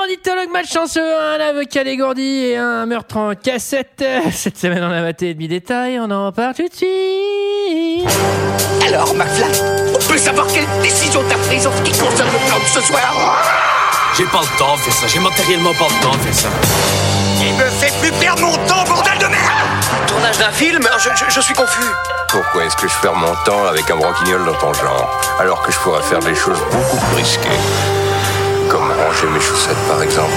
ornithologue malchanceux, un avocat dégourdi et un meurtre en cassette. Cette semaine, on a maté demi détail, on en parle tout de suite. Alors, McFly, on peut savoir quelle décision t'as prise en ce qui concerne le plan de ce soir? J'ai pas le temps de faire ça, j'ai matériellement pas le temps de faire ça. Il me fait plus perdre mon temps, bordel de merde! Tournage d'un film? Je suis confus. Pourquoi est-ce que je perds mon temps avec un broquignol dans ton genre, alors que je pourrais faire des choses beaucoup plus risquées? Comme ranger mes chaussettes, par exemple.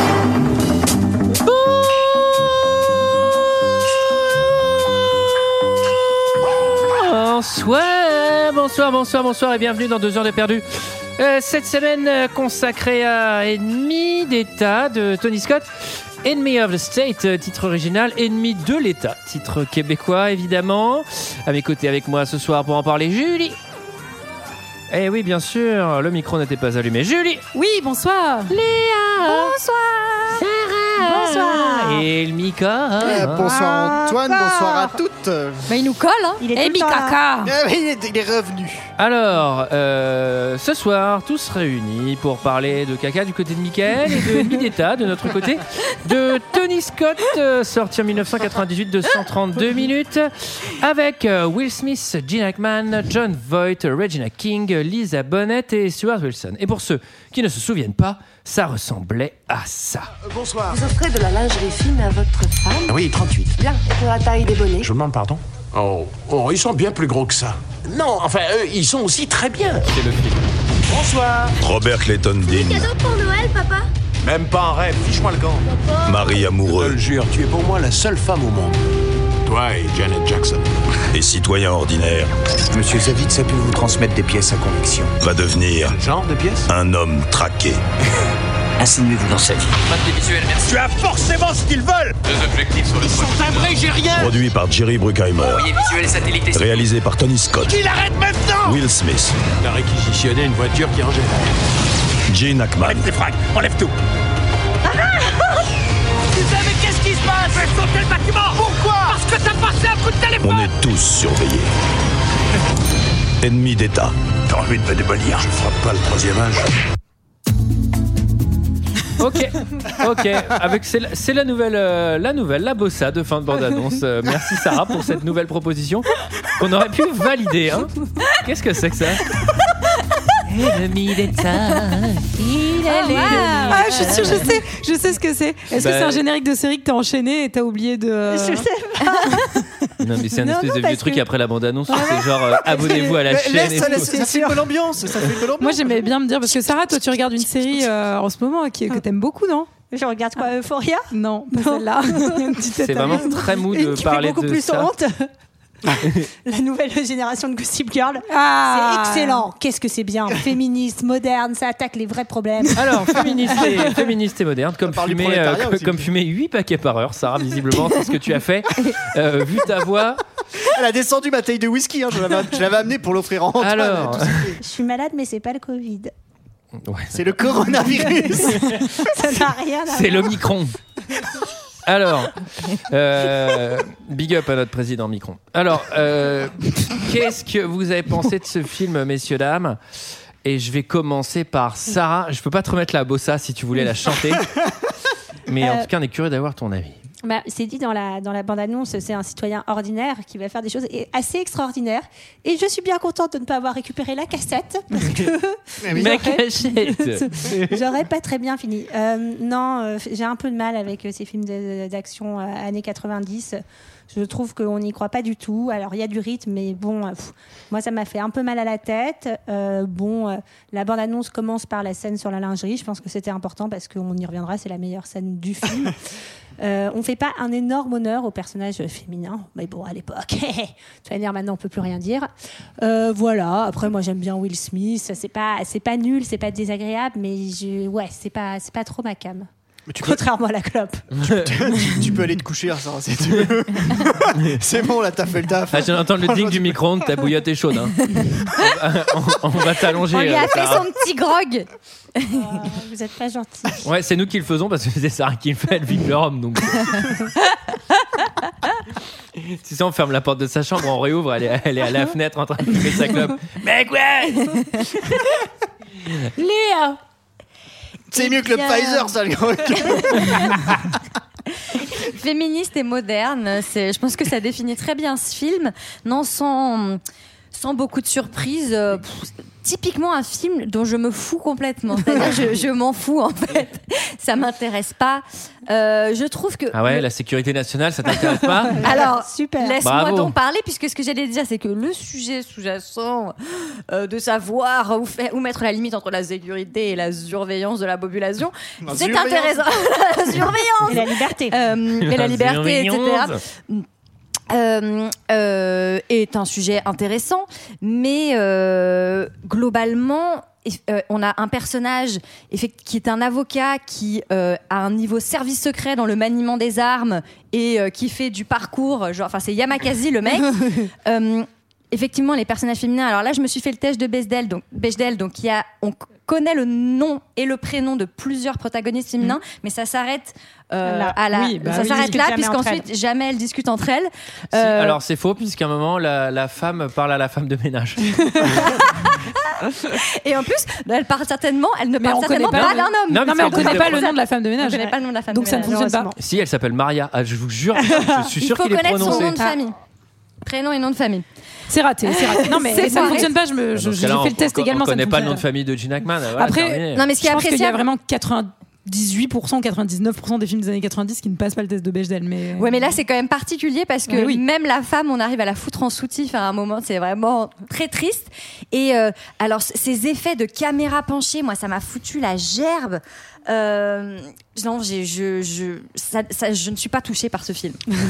Bonsoir et bienvenue dans 2 heures de perdu. Cette semaine consacrée à Ennemi d'État de Tony Scott. Enemy of the State, titre original. Ennemi de l'État, titre québécois évidemment. À mes côtés avec moi ce soir pour en parler, Julie. Eh oui, bien sûr, le micro n'était pas allumé. Julie. Oui, bonsoir. Léa. Bonsoir. Sarah. Bonsoir. Et le Mika. Bonsoir Antoine, bonsoir à toutes. Bah, il nous colle, hein. Il est tout le temps Mikaka. Il est revenu. Alors, ce soir, tous réunis pour parler de caca du côté de Mickaël et de Ennemi d'État de notre côté, de Tony Scott, sorti en 1998 de 132 minutes, avec Will Smith, Gene Hackman, John Voight, Regina King, Lisa Bonet et Stuart Wilson. Et pour ceux qui ne se souviennent pas, ça ressemblait à ça. Bonsoir. Vous offrez de la lingerie fine à votre femme? Oui, 38. Bien. Et pour la taille des bonnets? Je vous demande pardon? Oh, ils sont bien plus gros que ça. Non, enfin, ils sont aussi très bien. C'est le film. Bonsoir. Robert Clayton Dean, Cadeau pour Noël, papa? Même pas un rêve, fiche-moi le gant. Marie Je te amoureux le jure, tu es pour moi la seule femme au monde. Toi et Janet Jackson. et citoyen ordinaire Monsieur Zavitz a pu vous transmettre des pièces à conviction. va devenir Quel genre de pièces? un homme traqué. Insinuez-vous dans sa vie. Pas de visuel, merci. Tu as forcément ce qu'ils veulent! 2 objectifs sur le Ils sont timbrés, j'ai rien! Produit par Jerry Bruckheimer. visuel et satellite et Réalisé par Tony Scott. Il arrête maintenant! Will Smith. T'as réquisitionné une voiture qui rangeait. Gene Hackman. Enlève tes fringues, enlève tout! Putain, mais qu'est-ce qui se passe? Fais sauter le bâtiment! Pourquoi? Parce que t'as passé un coup de téléphone! On est tous surveillés. Ennemi d'État. T'as envie de me démolir? Je frappe pas le 3e âge. Ok. C'est la nouvelle, la bossa de fin de bande-annonce. Merci Sarah pour cette nouvelle proposition qu'on aurait pu valider. Hein. Qu'est-ce que c'est que ça? Ennemi d'État, il est l'ennemi. Ah, je sais ce que c'est. Est-ce que c'est un générique de série que t'as enchaîné et t'as oublié de... Je sais pas. Non mais c'est un espèce de vieux parce truc que- après la bande-annonce où c'est genre abonnez-vous à la chaîne et Ça tout. fait une bonne ambiance. Ça fait une bonne ambiance. Moi, j'aimais bien me dire, parce que Sarah, toi, tu regardes une série en ce moment que t'aimes beaucoup, non? Je regarde quoi, Euphoria? Non, pas celle-là. Une petite tête C'est à vraiment rire. très mou de Une qui fait parler beaucoup de plus ça. honte. La nouvelle génération de Gossip Girl. Ah. C'est excellent. Qu'est-ce que c'est bien. Féministe, moderne, ça attaque les vrais problèmes. Alors, féministe et moderne, comme parle du fumer, prolétariat aussi. comme fumer 8 paquets par heure. Sarah, visiblement, c'est ce que tu as fait. Vu ta voix. Elle a descendu ma taille de whisky. Hein. Je l'avais amené pour l'offrir à Antoine. Alors, Je suis malade, mais c'est pas le Covid. ouais, C'est le coronavirus. Ça n'a rien à c'est voir. l'Omicron. Alors, big up à notre président Micron. Alors, qu'est-ce que vous avez pensé de ce film, messieurs, dames? Et je vais commencer par Sarah. Je peux pas te remettre la bossa si tu voulais la chanter. Mais en tout cas, on est curieux d'avoir ton avis. Bah, c'est dit dans la bande-annonce, c'est un citoyen ordinaire qui va faire des choses assez extraordinaires. Et je suis bien contente de ne pas avoir récupéré la cassette parce que Ma cachette. j'aurais pas très bien fini. J'ai un peu de mal avec ces films d'action années 90. Je trouve qu'on n'y croit pas du tout. Alors, il y a du rythme, mais bon, moi, ça m'a fait un peu mal à la tête. La bande-annonce commence par la scène sur la lingerie. Je pense que c'était important parce qu'on y reviendra, c'est la meilleure scène du film. On fait pas un énorme honneur au personnage féminin, mais bon, à l'époque, tu vas dire maintenant on peut plus rien dire. Voilà. Après, moi j'aime bien Will Smith. C'est pas nul, c'est pas désagréable, mais c'est pas trop ma came. Contrairement à la clope. Tu peux aller te coucher, hein, Sarah, si tu veux. C'est bon, là, t'as fait le taf. Ah, je viens d'entendre le ding du micro-ondes, ta bouillotte est chaude. Hein. On va t'allonger. On lui a fait Sarah. son petit grog. Vous êtes pas gentil. Ouais, c'est nous qui le faisons parce que c'est Sarah qui le fait, elle vive le rhum. Donc. Si ça, on ferme la porte de sa chambre, on réouvre, elle est à la fenêtre en train de fumer sa clope. Mais quoi Léa, C'est mieux que le Pfizer, ça, le gros. Féministe et moderne, je pense que ça définit très bien ce film. Non, sans beaucoup de surprises. Typiquement un film dont je me fous complètement. C'est-à-dire, je m'en fous, en fait. Ça m'intéresse pas. Je trouve que... Ah ouais, la sécurité nationale, ça t'intéresse pas? Alors, super. Laisse-moi donc parler, puisque ce que j'allais dire, c'est que le sujet sous-jacent de savoir où mettre la limite entre la sécurité et la surveillance de la population, c'est intéressant. La surveillance et la liberté. Et la liberté, etc. Est un sujet intéressant, mais globalement, on a un personnage qui est un avocat qui a un niveau service secret dans le maniement des armes et qui fait du parcours, c'est Yamakasi le mec. Effectivement, les personnages féminins. Alors là, je me suis fait le test de Bechdel, donc on connaît le nom et le prénom de plusieurs protagonistes féminins, mais ça s'arrête s'arrête là, puisqu'ensuite jamais elles discutent entre elles. Alors c'est faux, puisqu'à un moment la femme parle à la femme de ménage. Et en plus, elle ne parle certainement pas d'un homme. Non, mais on ne connaît pas le nom de la femme de ménage. On ne connaît pas le nom de la femme donc de ça ménage. ne fonctionne pas. Si, elle s'appelle Maria. Ah, je vous jure, je suis sûr qu'il est prononcé. Il faut connaître son nom de famille. Prénom et nom de famille. C'est raté. Non, mais ça ne fonctionne pas. J'ai fait le test également. On ne connaît pas le nom de famille de Gene Hackman. Voilà, après, non, mais ce qui est appréciable, qu'il y a vraiment 98%, 99% des films des années 90 qui ne passent pas le test de Bechdel. Ouais, mais là, c'est quand même particulier parce que même la femme, on arrive à la foutre en soutif à un moment. C'est vraiment très triste. Et alors, ces effets de caméra penchée, moi, ça m'a foutu la gerbe. Non, je ne suis pas touchée par ce film.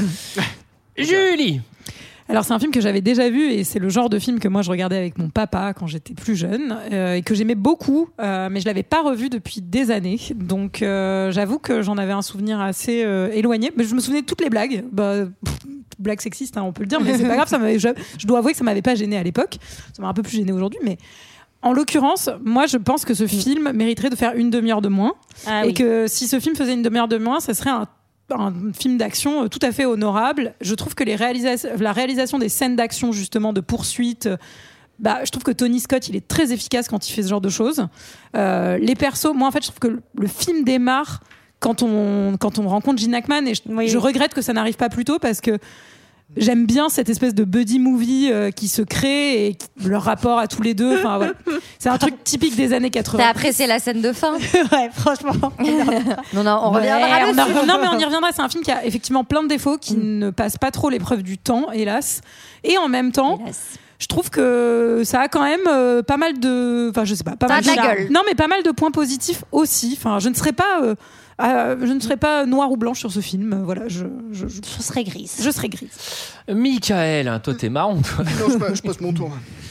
Julie. Alors c'est un film que j'avais déjà vu et c'est le genre de film que moi je regardais avec mon papa quand j'étais plus jeune et que j'aimais beaucoup, mais je l'avais pas revu depuis des années. Donc j'avoue que j'en avais un souvenir assez éloigné, mais je me souvenais de toutes les blagues. Blagues sexistes, hein, on peut le dire, mais c'est pas grave. Je dois avouer que ça m'avait pas gêné à l'époque. Ça m'a un peu plus gêné aujourd'hui, mais en l'occurrence, moi je pense que ce film mériterait de faire une demi-heure de moins et que si ce film faisait une demi-heure de moins, ça serait un film d'action tout à fait honorable. Je trouve que la réalisation des scènes d'action, justement, de poursuite, je trouve que Tony Scott, il est très efficace quand il fait ce genre de choses. Les persos, moi, en fait, je trouve que le film démarre quand on rencontre Gene Hackman et je regrette que ça n'arrive pas plus tôt parce que j'aime bien cette espèce de buddy movie qui se crée et leur rapport à tous les deux. Enfin, ouais. C'est un truc typique des années 80. T'as apprécié la scène de fin? Ouais, franchement. On reviendra dessus. Non, mais on y reviendra. C'est un film qui a effectivement plein de défauts, qui ne passe pas trop l'épreuve du temps, hélas. Et en même temps, je trouve que ça a quand même pas mal de... Enfin, je sais pas. Pas mal de gueule. Non, mais pas mal de points positifs aussi. Enfin, je ne serais pas noire ou blanche sur ce film. Voilà, je serais grise. Je serais grise. Michael, toi t'es marrant. Non, je passe mon tour.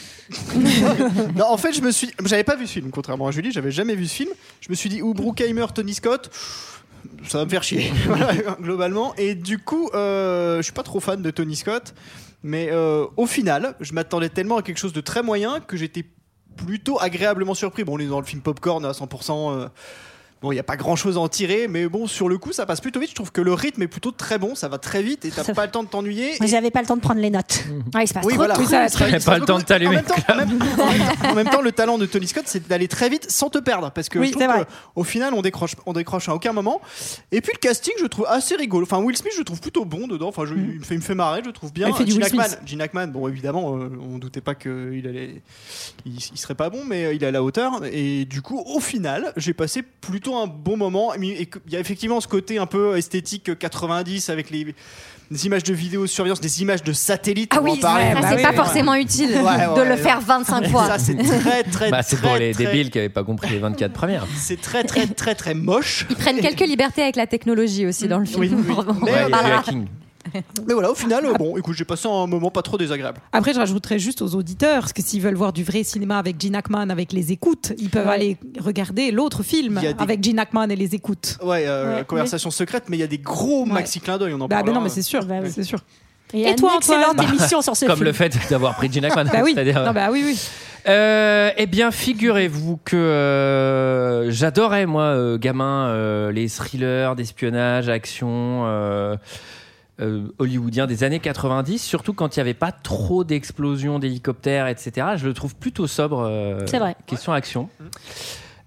Non, en fait, j'avais pas vu ce film, contrairement à Julie, j'avais jamais vu ce film. Je me suis dit, Bruckheimer, Tony Scott, ça va me faire chier, voilà, globalement. Et du coup, je suis pas trop fan de Tony Scott, mais au final, je m'attendais tellement à quelque chose de très moyen que j'étais plutôt agréablement surpris. Bon, on est dans le film popcorn à 100%. Bon, il n'y a pas grand chose à en tirer, mais bon, sur le coup, ça passe plutôt vite. Je trouve que le rythme est plutôt très bon, ça va très vite et t'as pas le temps de t'ennuyer. Moi, j'avais pas le temps de prendre les notes. Il se passe trop. T'avais pas le temps de t'allumer. En même temps, le talent de Tony Scott, c'est d'aller très vite sans te perdre, parce que je trouve qu'au final, on décroche à aucun moment. Et puis le casting, je trouve assez rigolo. Enfin, Will Smith, je le trouve plutôt bon dedans. Enfin, il me fait marrer, je le trouve bien. Gene Hackman, bon, évidemment, on doutait pas qu'il serait pas bon, mais il est à la hauteur. Et du coup, au final, j'ai passé plutôt un bon moment. Et il y a effectivement ce côté un peu esthétique 90 avec les images de vidéosurveillance, des images de satellites. Ah oui, c'est pas forcément utile de le faire 25 fois. Ça, c'est très c'est pour les débiles qui n'avaient pas compris les 24 premières. C'est très moche. Ils prennent quelques libertés avec la technologie aussi dans le film. Il y a du hacking. Mais voilà, au final, bon, écoute, j'ai passé un moment pas trop désagréable. Après, je rajouterais juste aux auditeurs, parce que s'ils veulent voir du vrai cinéma avec Gene Hackman, avec les écoutes, ils peuvent aller regarder l'autre film avec Gene Hackman et les écoutes. Conversation secrète, mais il y a des gros maxi clins d'œil, on en parle. Non, mais c'est sûr, c'est sûr. Et toi, excellente émission sur ce film. Comme le fait d'avoir pris Gene Hackman. Oui. Eh bien, figurez-vous que j'adorais, moi, gamin, les thrillers d'espionnage, action... hollywoodien des années 90, surtout quand il n'y avait pas trop d'explosions d'hélicoptères, etc. Je le trouve plutôt sobre. C'est vrai. Question action.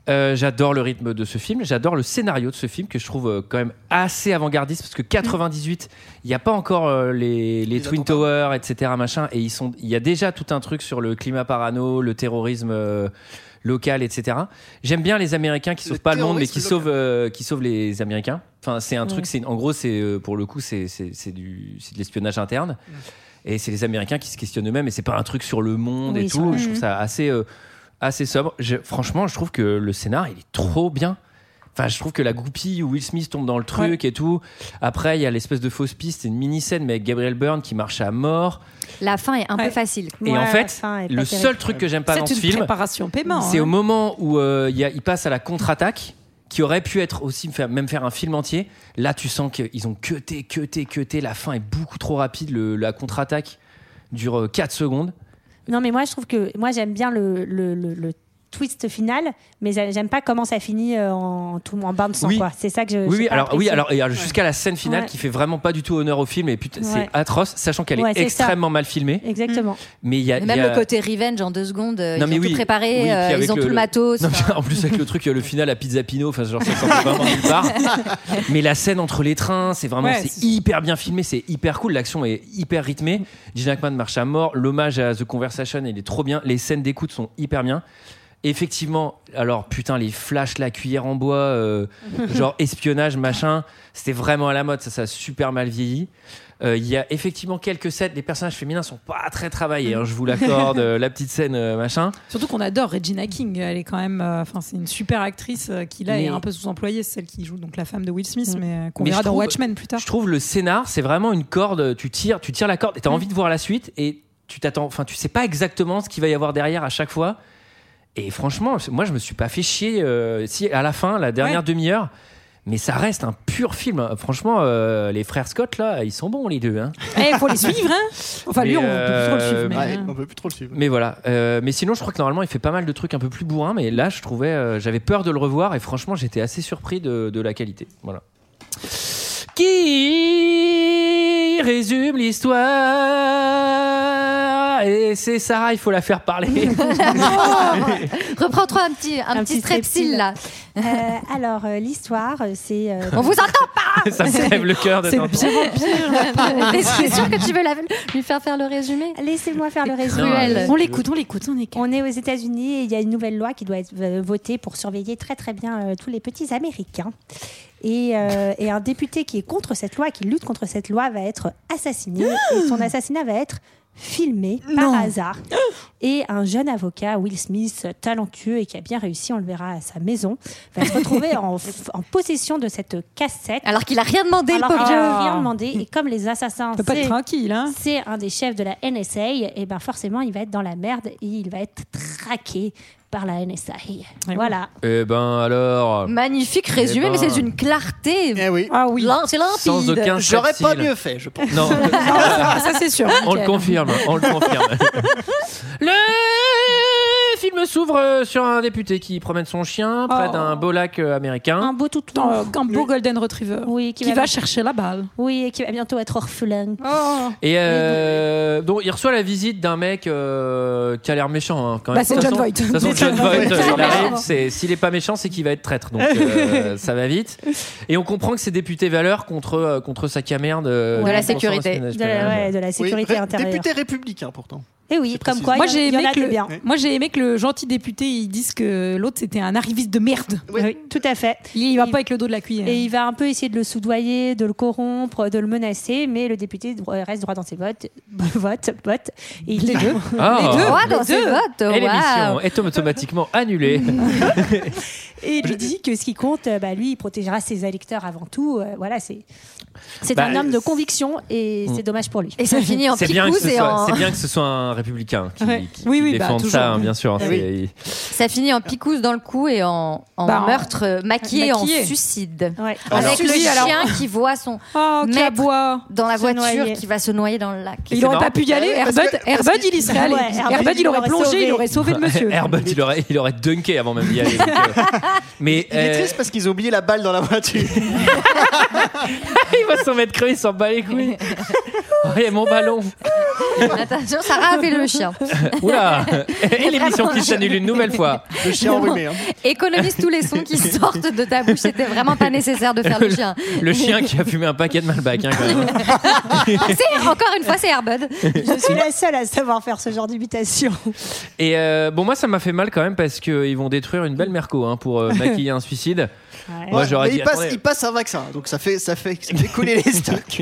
J'adore le rythme de ce film, j'adore le scénario de ce film que je trouve quand même assez avant-gardiste parce que 98, il n'y a pas encore les Twin Towers, etc. machin, et il y a déjà tout un truc sur le climat parano, le terrorisme local, etc. J'aime bien les Américains qui sauvent pas le monde, mais qui sauvent les Américains. Enfin, c'est un truc, en gros, pour le coup, c'est de l'espionnage interne. Et c'est les Américains qui se questionnent eux-mêmes, et c'est pas un truc sur le monde et tout. Je trouve ça assez sobre. Franchement, je trouve que le scénar, il est trop bien. Enfin, je trouve que la goupille où Will Smith tombe dans le truc et tout. Après, il y a l'espèce de fausse piste, c'est une mini-scène, mais avec Gabriel Byrne qui marche à mort. La fin est un peu facile. Et en fait, le seul truc que j'aime pas dans ce film, préparation paiement, c'est au moment où il passe à la contre-attaque, qui aurait pu être aussi même faire un film entier. Là, tu sens qu'ils ont cuté. La fin est beaucoup trop rapide. La contre-attaque dure 4 secondes. Non, mais moi, je trouve que j'aime bien le twist final, mais j'aime pas comment ça finit en bain de sang. Quoi. C'est ça que je. Alors jusqu'à la scène finale qui fait vraiment pas du tout honneur au film, et putain, c'est atroce, sachant qu'elle est extrêmement mal filmée. Exactement. Mais même le côté revenge en 2 secondes, ils ont tout préparé, ils ont tout le matos. Non, en plus avec le truc, le final à Pizza Pino, enfin genre ça sort vraiment nulle part. Mais la scène entre les trains, c'est vraiment c'est hyper bien filmé, c'est hyper cool, l'action est hyper rythmée. Gene Hackman marche à mort, l'hommage à The Conversation, il est trop bien, les scènes d'écoute sont hyper bien. Effectivement, alors putain, les flashs, la cuillère en bois, genre espionnage, machin, c'était vraiment à la mode, ça a super mal vieilli. Il y a effectivement quelques scènes, les personnages féminins sont pas très travaillés, je vous l'accorde, la petite scène, machin. Surtout qu'on adore Regina King, elle est quand même, c'est une super actrice qui là est un peu sous-employée, c'est celle qui joue donc la femme de Will Smith, mais qu'on verra dans Watchmen plus tard. Je trouve le scénar, c'est vraiment une corde, tu tires la corde et t'as envie de voir la suite et tu sais pas exactement ce qu'il va y avoir derrière à chaque fois. Et franchement, moi je me suis pas fait chier si à la fin, la dernière demi-heure, mais ça reste un pur film. Franchement, les frères Scott là, ils sont bons les deux. Il faut les suivre. Enfin lui, on peut plus trop le suivre. On peut plus trop le suivre. Mais voilà. Mais sinon, je crois que normalement, il fait pas mal de trucs un peu plus bourrins. Mais là, je trouvais, j'avais peur de le revoir et franchement, j'étais assez surpris de la qualité. Voilà. Qui résume l'histoire? Et c'est Sarah, il faut la faire parler. Reprends-toi un petit strepsil là. Alors, l'histoire, c'est. On vous entend pas. Ça me crève le cœur de t'entendre. C'est sûr que tu veux lui faire le résumé. Laissez-moi faire le résumé. On l'écoute. On est aux États-Unis et il y a une nouvelle loi qui doit être votée pour surveiller très très bien tous les petits Américains. Et un député qui est contre cette loi, qui lutte contre cette loi, va être assassiné. Et son assassinat va être filmé par hasard. Et un jeune avocat, Will Smith, talentueux et qui a bien réussi, on le verra à sa maison, va se retrouver en possession de cette cassette. Alors qu'il a rien demandé, le pauvre. Il a rien demandé. Et comme les assassins, peut pas être tranquille, c'est un des chefs de la NSA, et ben forcément, il va être dans la merde et il va être traqué par la NSA. Voilà. Eh ben alors. Magnifique résumé, mais c'est d'une clarté. Eh oui. Ah oui. C'est limpide. Sans aucun J'aurais pas subtil. mieux fait, je pense. Non. Ça c'est sûr. On le confirme. Le film s'ouvre sur un député qui promène son chien près d'un beau lac américain. Un beau toutou. Un beau golden retriever. Oui, qui va chercher la balle. Oui, et qui va bientôt être orphelin. Et donc il reçoit la visite d'un mec qui a l'air méchant quand même. C'est John Voight. De toute façon, John Voight, il arrive. S'il est pas méchant, c'est qu'il va être traître. Donc ça va vite. Et on comprend que c'est député valeur contre sa camerde de la sécurité. De la sécurité intérieure. Député républicain pourtant. Et oui, comme quoi, moi j'ai aimé que le gentil député ils disent que l'autre c'était un arriviste de merde. Oui, tout à fait. Il va pas avec le dos de la cuillère. Et il va un peu essayer de le soudoyer, de le corrompre, de le menacer, mais le député reste droit dans ses votes. Et il les deux. Droit dans ses votes. Et l'émission est automatiquement annulée. Et il lui dit que ce qui compte, lui, il protégera ses électeurs avant tout. Voilà, c'est un homme de conviction et c'est dommage pour lui. Et ça finit en picouse. C'est bien que ce soit un républicain qui défende ça, bien sûr. Ça finit en picouse dans le cou et en meurtre maquillé en suicide. Ouais. Avec le chien qui voit son maître dans la voiture qui va se noyer dans le lac. Il aurait pas pu y aller. Airbud, il y serait allé. Airbud, il aurait plongé, il aurait sauvé le monsieur. Airbud, il aurait dunké avant même d'y aller. Mais il est triste parce qu'ils ont oublié la balle dans la voiture. Il va s'en mettre crevé, il s'en bat les couilles. Oh, il y a mon ballon. Attention, Sarah a fait le chien. Oula. Et l'émission qui s'annule une nouvelle fois. Le chien enrhumé. Hein. Économise tous les sons qui sortent de ta bouche. C'était vraiment pas nécessaire de faire le chien. Le chien qui a fumé un paquet de Malbec, hein, quand même. Encore une fois, c'est Airbud. Je suis la seule à savoir faire ce genre d'imitation. Et bon, moi, ça m'a fait mal quand même parce qu'ils vont détruire une belle merco pour maquiller un suicide. Ouais. Moi, j'aurais Mais dit, il passe un vaccin, donc ça fait couler les stocks.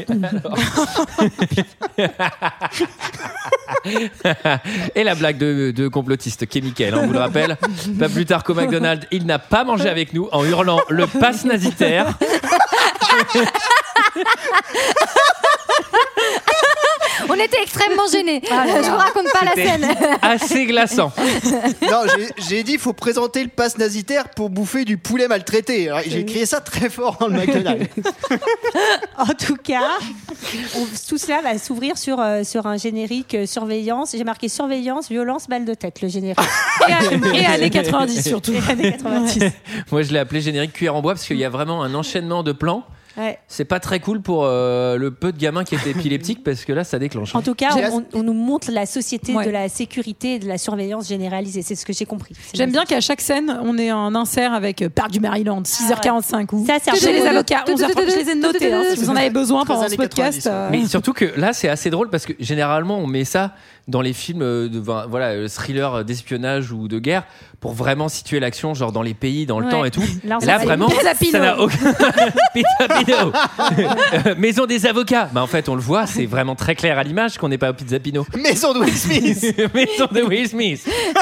Et la blague de complotiste qui est Mickaël, on vous le rappelle. Pas plus tard qu'au McDonald's, il n'a pas mangé avec nous en hurlant le pass nazitaire. On était extrêmement gênés. Je vous raconte pas la scène. Assez glaçant. Non, j'ai dit il faut présenter le pass nazitaire pour bouffer du poulet maltraité. Alors, j'ai crié ça très fort dans le McDonald's. En tout cas, tout cela va s'ouvrir sur un générique surveillance. J'ai marqué surveillance, violence, balle de tête, le générique. Et années 90 surtout. Et années 90. Moi, je l'ai appelé générique cuillère en bois parce qu'il y a vraiment un enchaînement de plans. Ouais. C'est pas très cool pour le peu de gamins qui étaient épileptiques parce que là, ça déclenche. En tout cas, on nous montre la société de la sécurité et de la surveillance généralisée. C'est ce que j'ai compris. J'aime bien qu'à chaque scène, on ait un insert avec Parc du Maryland, 6h45 ou ça, c'est chez les avocats. 11h30. Je les ai notés si vous en avez besoin Très pendant ce années podcast. 90, Mais surtout que là, c'est assez drôle parce que généralement, on met ça dans les films de thriller d'espionnage ou de guerre pour vraiment situer l'action, genre dans les pays, dans le temps et tout. Là vraiment, ça n'a aucun. Pizza Pino. Maison des avocats. Bah en fait, on le voit, c'est vraiment très clair à l'image qu'on n'est pas au Pizza Pino. Maison de Will Smith. Maison de Will Smith.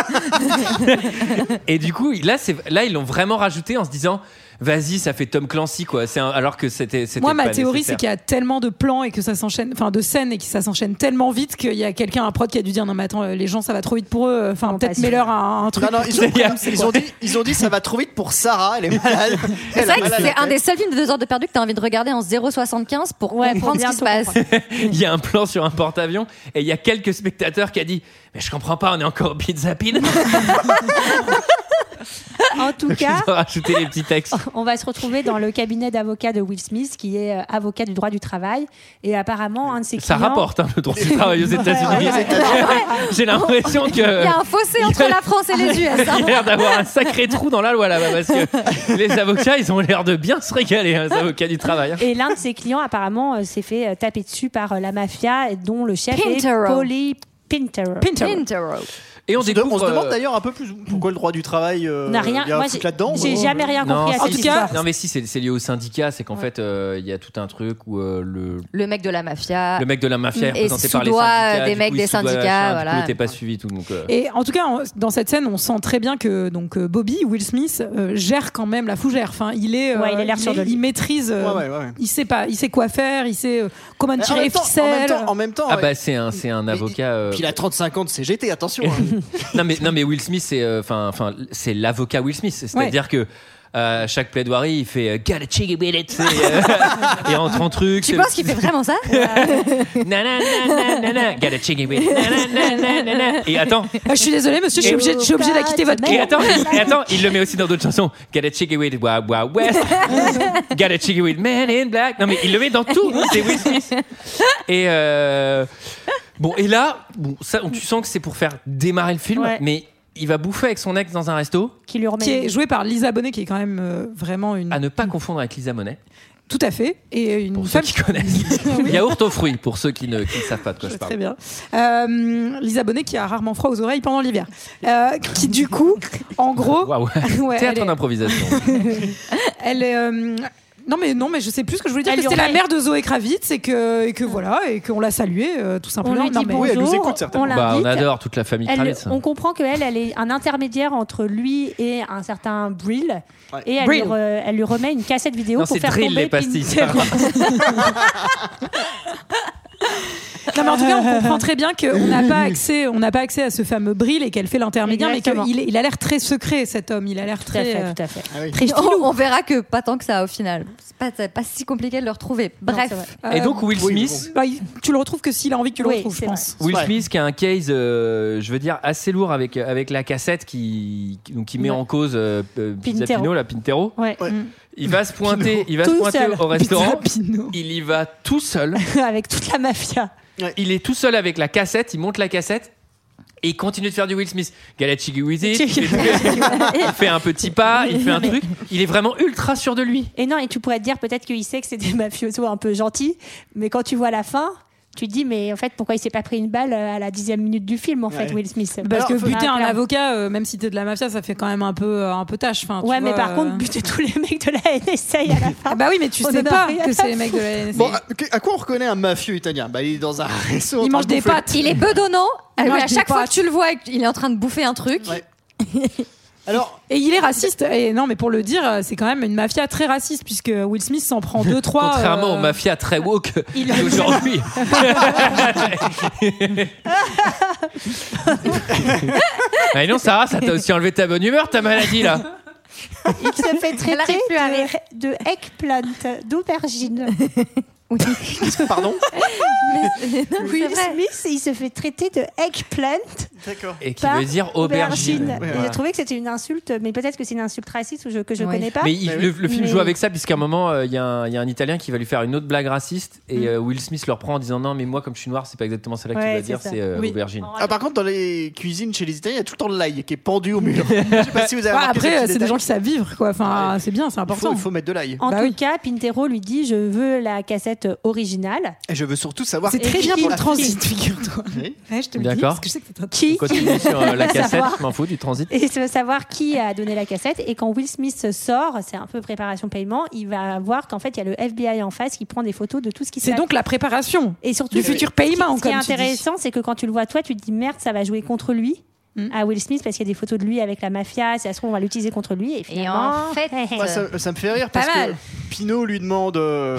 Et du coup, là, ils l'ont vraiment rajouté en se disant. Vas-y, ça fait Tom Clancy quoi. Alors que c'était. Moi, ma pas théorie, nécessaire. c'est qu'il y a tellement de plans et que ça s'enchaîne, enfin de scènes et que ça s'enchaîne tellement vite qu'il y a quelqu'un à prod qui a dû dire non mais attends, les gens ça va trop vite pour eux. Enfin peut-être mets-leur un truc. Non, ils ont dit ça va trop vite pour Sarah, elle est malade. C'est vrai que c'est un des seuls films de 2 heures de perdu que t'as envie de regarder en 0,75 pour comprendre ce qui se passe. Il y a un plan sur un porte-avions et il y a quelques spectateurs qui a dit mais je comprends pas, on est encore au Pizza Pin. En tout cas, ils ont rajouté les petits textes. On va se retrouver dans le cabinet d'avocat de Will Smith, qui est avocat du droit du travail, et apparemment un de ses clients. Ça rapporte le droit du travail aux États-Unis. J'ai l'impression que il y a un fossé entre la France et les US. Il y a l'air d'avoir un sacré trou dans la loi là-bas parce que les avocats, ils ont l'air de bien se régaler, les avocats du travail. Et l'un de ses clients apparemment s'est fait taper dessus par la mafia, dont le chef Pintero. est Paulie Pintero. Et on se demande d'ailleurs un peu plus pourquoi le droit du travail n'a rien. il y a Moi, un truc là-dedans. J'ai jamais rien compris à cette histoire. Non mais si c'est lié au syndicat, c'est qu'en fait il y a tout un truc où le mec de la mafia est représenté par les sous-doigt syndicats, des mecs des syndicats, voilà. Du coup, t'es pas suivi tout donc. Et en tout cas dans cette scène, on sent très bien que donc Bobby Will Smith gère quand même la fougère. Enfin, il a l'air sûr de lui. Il maîtrise. Il sait quoi faire, il sait comment tirer les ficelles. En même temps. Ah bah c'est un avocat. Puis il a 35 ans de CGT, attention. Non mais Will Smith c'est l'avocat Will Smith, c'est-à-dire que chaque plaidoirie il fait got a chicken with it et rentre en truc. Tu penses qu'il fait vraiment ça? Got a chicken with it. Et attends, je suis désolé monsieur, je suis obligé d'acquitter votre client. Et attends, il le met aussi dans d'autres chansons. Got a chicken with Wild Wild West. Got a chicken with Man in Black. Non mais il le met dans tout, c'est Will Smith. Et bon, et là, ça, tu sens que c'est pour faire démarrer le film, mais il va bouffer avec son ex dans un resto. Qui est joué par Lisa Bonet, qui est quand même vraiment une. À ne pas confondre avec Lisa Bonet. Tout à fait. Et une pour femme ceux qui connaissent. Yaourt aux fruits, pour ceux qui ne savent pas de quoi je parle. Très bien. Lisa Bonet, qui a rarement froid aux oreilles pendant l'hiver. Qui, du coup, en gros. Waouh. Théâtre d'improvisation. Elle est. Non mais je sais plus ce que je voulais dire. C'était la mère de Zoé Kravitz et que voilà et qu'on l'a saluée tout simplement. On lui dit bonjour, oui, elle nous écoute certainement. On adore toute la famille Kravitz. On comprend qu'elle est un intermédiaire entre lui et un certain Brill. Et elle lui remet une cassette vidéo pour faire Drill, tomber les pastilles. Non mais en tout cas on comprend très bien qu'on n'a pas accès à ce fameux Brill et qu'elle fait l'intermédiaire. Exactement. Mais qu'il a l'air très secret cet homme, il a l'air très très filou. On verra que pas tant que ça au final, c'est pas si compliqué de le retrouver. Bref. Et donc Will Smith, tu le retrouves que s'il a envie que tu le retrouves, je pense. Will Smith qui a un case je veux dire assez lourd avec la cassette qui met en cause Pizza Pino, la Pintero. Il va se pointer au restaurant. Il y va tout seul. Avec toute la mafia. Il est tout seul avec la cassette, il monte la cassette. Et il continue de faire du Will Smith. Galachi with it. Il fait un petit pas, il fait un truc. Il est vraiment ultra sûr de lui. Et non, et tu pourrais te dire peut-être qu'il sait que c'est des mafiosos un peu gentils, mais quand tu vois la fin, tu te dis mais en fait pourquoi il s'est pas pris une balle à la 10e minute du film en fait Will Smith. Parce que buter un avocat, même si t'es de la mafia, ça fait quand même un peu tâche. Enfin, ouais, mais par contre buter tous les mecs de la NSA à la fin. Bah oui, mais tu sais pas que c'est les mecs de la NSA. Bon, à quoi on reconnaît un mafieux italien ? Bah il est dans un resto. Il mange des pâtes. Il est bedonnant. À chaque fois pâtes. que tu le vois, il est en train de bouffer un truc. Ouais. Alors, et il est raciste. Et non, mais pour le dire, c'est quand même une mafia très raciste puisque Will Smith s'en prend 2-3. Contrairement aux mafias très woke d'aujourd'hui. Ah non, Sarah, ça t'a aussi enlevé ta bonne humeur, ta maladie là. Il se fait traiter de eggplant, d'aubergine. Pardon. Will Smith, il se fait traiter de eggplant. D'accord. Et qui veut dire aubergine. Ouais, J'ai trouvé que c'était une insulte, mais peut-être que c'est une insulte raciste que je connais pas. Mais le film joue avec ça, puisqu'à un moment, il y a un Italien qui va lui faire une autre blague raciste, et Will Smith le reprend en disant non, mais moi, comme je suis noir, c'est pas exactement celle-là que tu vas dire, c'est aubergine. Ah, par contre, dans les cuisines chez les Italiens, il y a tout le temps de l'ail qui est pendu au mur. Je sais pas si vous avez remarqué. Après, c'est des gens qui savent vivre, quoi. Enfin, c'est bien, c'est important. Il faut mettre de l'ail. En tout cas, Pintero lui dit je veux la cassette originale. Et je veux surtout savoir. C'est très bien pour le transit, figure-toi. Oui. Ouais, je te le dis. D'accord. Parce que je sais que t'es Qui Continue sur la cassette, je m'en fous du transit. Et je veux savoir qui a donné la cassette. Et quand Will Smith sort, c'est un peu préparation paiement, il va voir qu'en fait, il y a le FBI en face qui prend des photos de tout ce qui se passe. C'est donc la préparation et surtout, du futur paiement. Ce qui est intéressant, c'est que quand tu le vois, toi, tu te dis merde, ça va jouer contre lui. À Will Smith parce qu'il y a des photos de lui avec la mafia, si ça se trouve on va l'utiliser contre lui et finalement en fait moi, ça me fait rire parce que Pino lui demande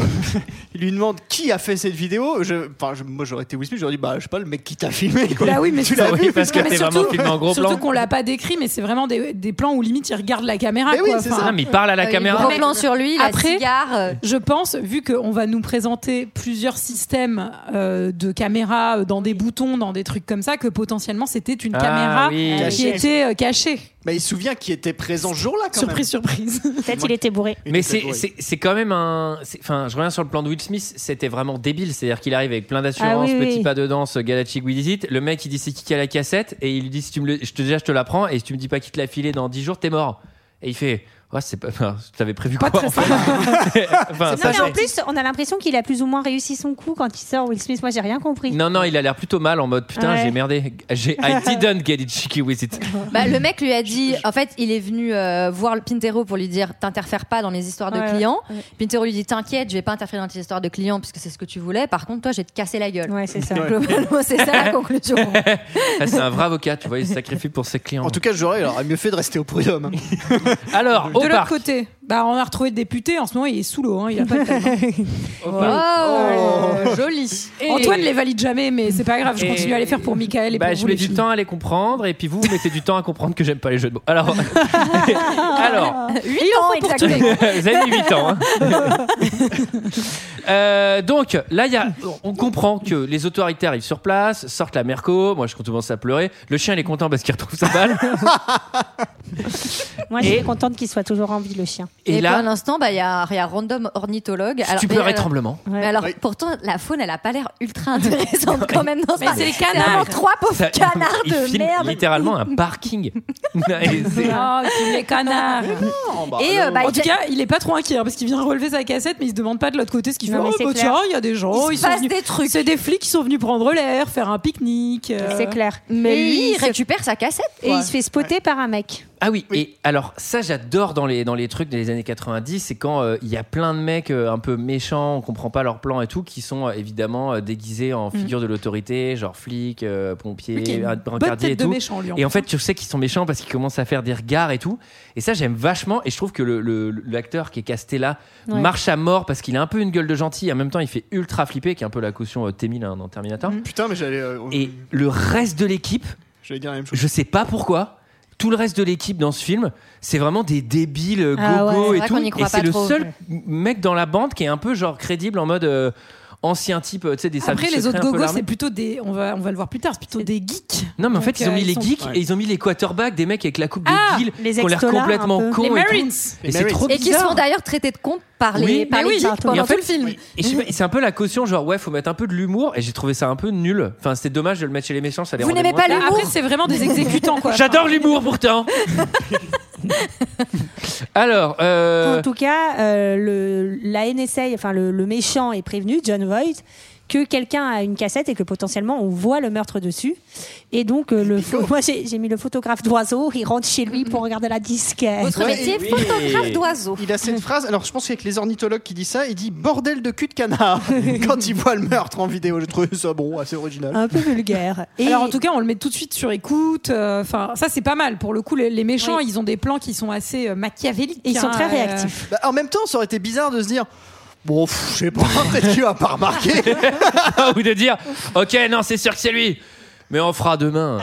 il lui demande qui a fait cette vidéo. Moi j'aurais été Will Smith, j'aurais dit bah je sais pas, le mec qui t'a filmé quoi. Bah oui, mais tu l'as vu parce que t'es vraiment filmé en gros plan. Surtout qu'on l'a pas décrit, mais c'est vraiment des plans où limite il regarde la caméra. Mais quoi. oui, c'est ça. Mais il parle à la caméra. Gros plan sur lui, Après, la cigare. Je pense, vu qu'on va nous présenter plusieurs systèmes de caméras dans des boutons, dans des trucs comme ça, que potentiellement c'était une caméra qui était cachée. Bah, il se souvient qu'il était présent ce jour-là quand surprise, Surprise. Peut-être il était bourré. Mais c'est quand même un. Enfin, je reviens sur le plan de Will Smith, c'était vraiment débile. C'est-à-dire qu'il arrive avec plein d'assurance, petit pas de danse, Galachi Guidizit. Le mec il dit c'est qui a la cassette et il lui dit si tu me je te la prends et si tu me dis pas qui te l'a filé dans 10 jours, t'es mort. Et il fait. Ouais, c'est pas. Enfin, t'avais prévu pas quoi très non, mais en plus, on a l'impression qu'il a plus ou moins réussi son coup quand il sort Will Smith. Moi, j'ai rien compris. Non, il a l'air plutôt mal en mode putain, j'ai merdé. I didn't get it cheeky with it. Bah, le mec lui a dit, en fait, il est venu voir le Pintero pour lui dire t'interfères pas dans les histoires de clients. Pintero lui dit t'inquiète, je vais pas interférer dans tes histoires de clients puisque c'est ce que tu voulais. Par contre, toi, je vais te casser la gueule. Ouais, c'est ça. Globalement, c'est ça la conclusion. C'est un vrai avocat, tu vois, il se sacrifie pour ses clients. En tout cas, il aurait mieux fait de rester au prud'homme. Alors, de l'autre côté, on a retrouvé le député. En ce moment, il est sous l'eau. Il a pas de Oh, joli. Antoine les valide jamais, mais c'est pas grave. Je continue à les faire pour Michael et pour vous. Je mets du temps à les comprendre, et puis vous mettez du temps à comprendre que j'aime pas les jeux de mots. Alors, 8 ans exactement. Vous avez mis 8 ans. Hein. Donc là, on comprend que les autorités arrivent sur place, sortent la Merco. Moi, je commence à pleurer. Le chien, il est content parce qu'il retrouve sa balle. Moi, je suis contente qu'il soit toujours en vie, le chien. Et là, pour l'instant, il y a random ornithologue. Stupeur et tremblement. Mais alors, pourtant, la faune, elle a pas l'air ultra intéressante quand même. Mais c'est les canards. 3 pauvres canards il de filme merde. littéralement un parking. Les canards. En tout cas, il est pas trop inquiet parce qu'il vient relever sa cassette, mais il se demande pas de l'autre côté ce qu'il fait. Tiens, il y a des gens. Il se passe des trucs. C'est des flics qui sont venus prendre l'air, faire un pique-nique. C'est clair. Mais lui, il récupère sa cassette. Et il se fait spotter par un mec. Ah oui, et alors ça j'adore dans les trucs des années 90, c'est quand il y a plein de mecs un peu méchants, on comprend pas leur plan et tout, qui sont évidemment déguisés en figure de l'autorité, genre flics, pompiers, brancardiers et tout. Méchant, lui, et en fait tu sais qu'ils sont méchants parce qu'ils commencent à faire des regards et tout. Et ça j'aime vachement, et je trouve que l'acteur qui est casté là marche à mort parce qu'il a un peu une gueule de gentil, et en même temps il fait ultra flipper, qui est un peu la caution T-1000 dans Terminator. Putain, mais j'allais... Et le reste de l'équipe, j'allais dire la même chose. Je sais pas pourquoi. Tout le reste de l'équipe dans ce film, c'est vraiment des débiles gogo et tout. Et c'est le seul mec dans la bande qui est un peu genre crédible en mode anciens types, tu sais, des services Après, les secrets autres un peu gogos, larmés. c'est plutôt des. On va le voir plus tard, c'est plutôt des geeks. Non, mais en fait, Donc, ils ont mis les sont- geeks et ils ont mis les quarterbacks, des mecs avec la coupe de Gil les qui ont l'air ex-tolards, complètement un peu. cons. Les et tout. Marines. Et c'est trop Et qui bizarre. sont d'ailleurs traités de cons par les, Oui, par mais les oui. geeks Et pendant en fait, tout le film. Et je sais pas, c'est un peu la caution, genre ouais, faut mettre un peu de l'humour. Et j'ai trouvé ça un peu nul. Enfin, c'était dommage de le mettre chez les méchants. Ça les Vous rendait n'aimez moins pas bien. l'humour Après, c'est vraiment des exécutants, quoi. J'adore l'humour pourtant. Alors, En tout cas, la NSA, enfin le méchant est prévenu, John Voight, que quelqu'un a une cassette et que potentiellement on voit le meurtre dessus. Et donc, moi j'ai mis le photographe d'oiseau, il rentre chez lui pour regarder la disquette. Votre métier, oui. photographe d'oiseaux. Il a cette phrase, alors je pense qu'avec les ornithologues qui disent ça, il dit bordel de cul de canard quand il voit le meurtre en vidéo. J'ai trouvé ça bon, assez original. Un peu vulgaire. Et Alors en tout cas, on le met tout de suite sur écoute. Enfin, ça c'est pas mal. Pour le coup, les méchants, Oui. ils ont des plans qui sont assez machiavéliques. ils sont hein, très réactifs. Bah, en même temps, ça aurait été bizarre de se dire bon, je sais pas, peut-être qu'il va pas remarquer. ou de dire, ok, non, c'est sûr que c'est lui. Mais on fera demain.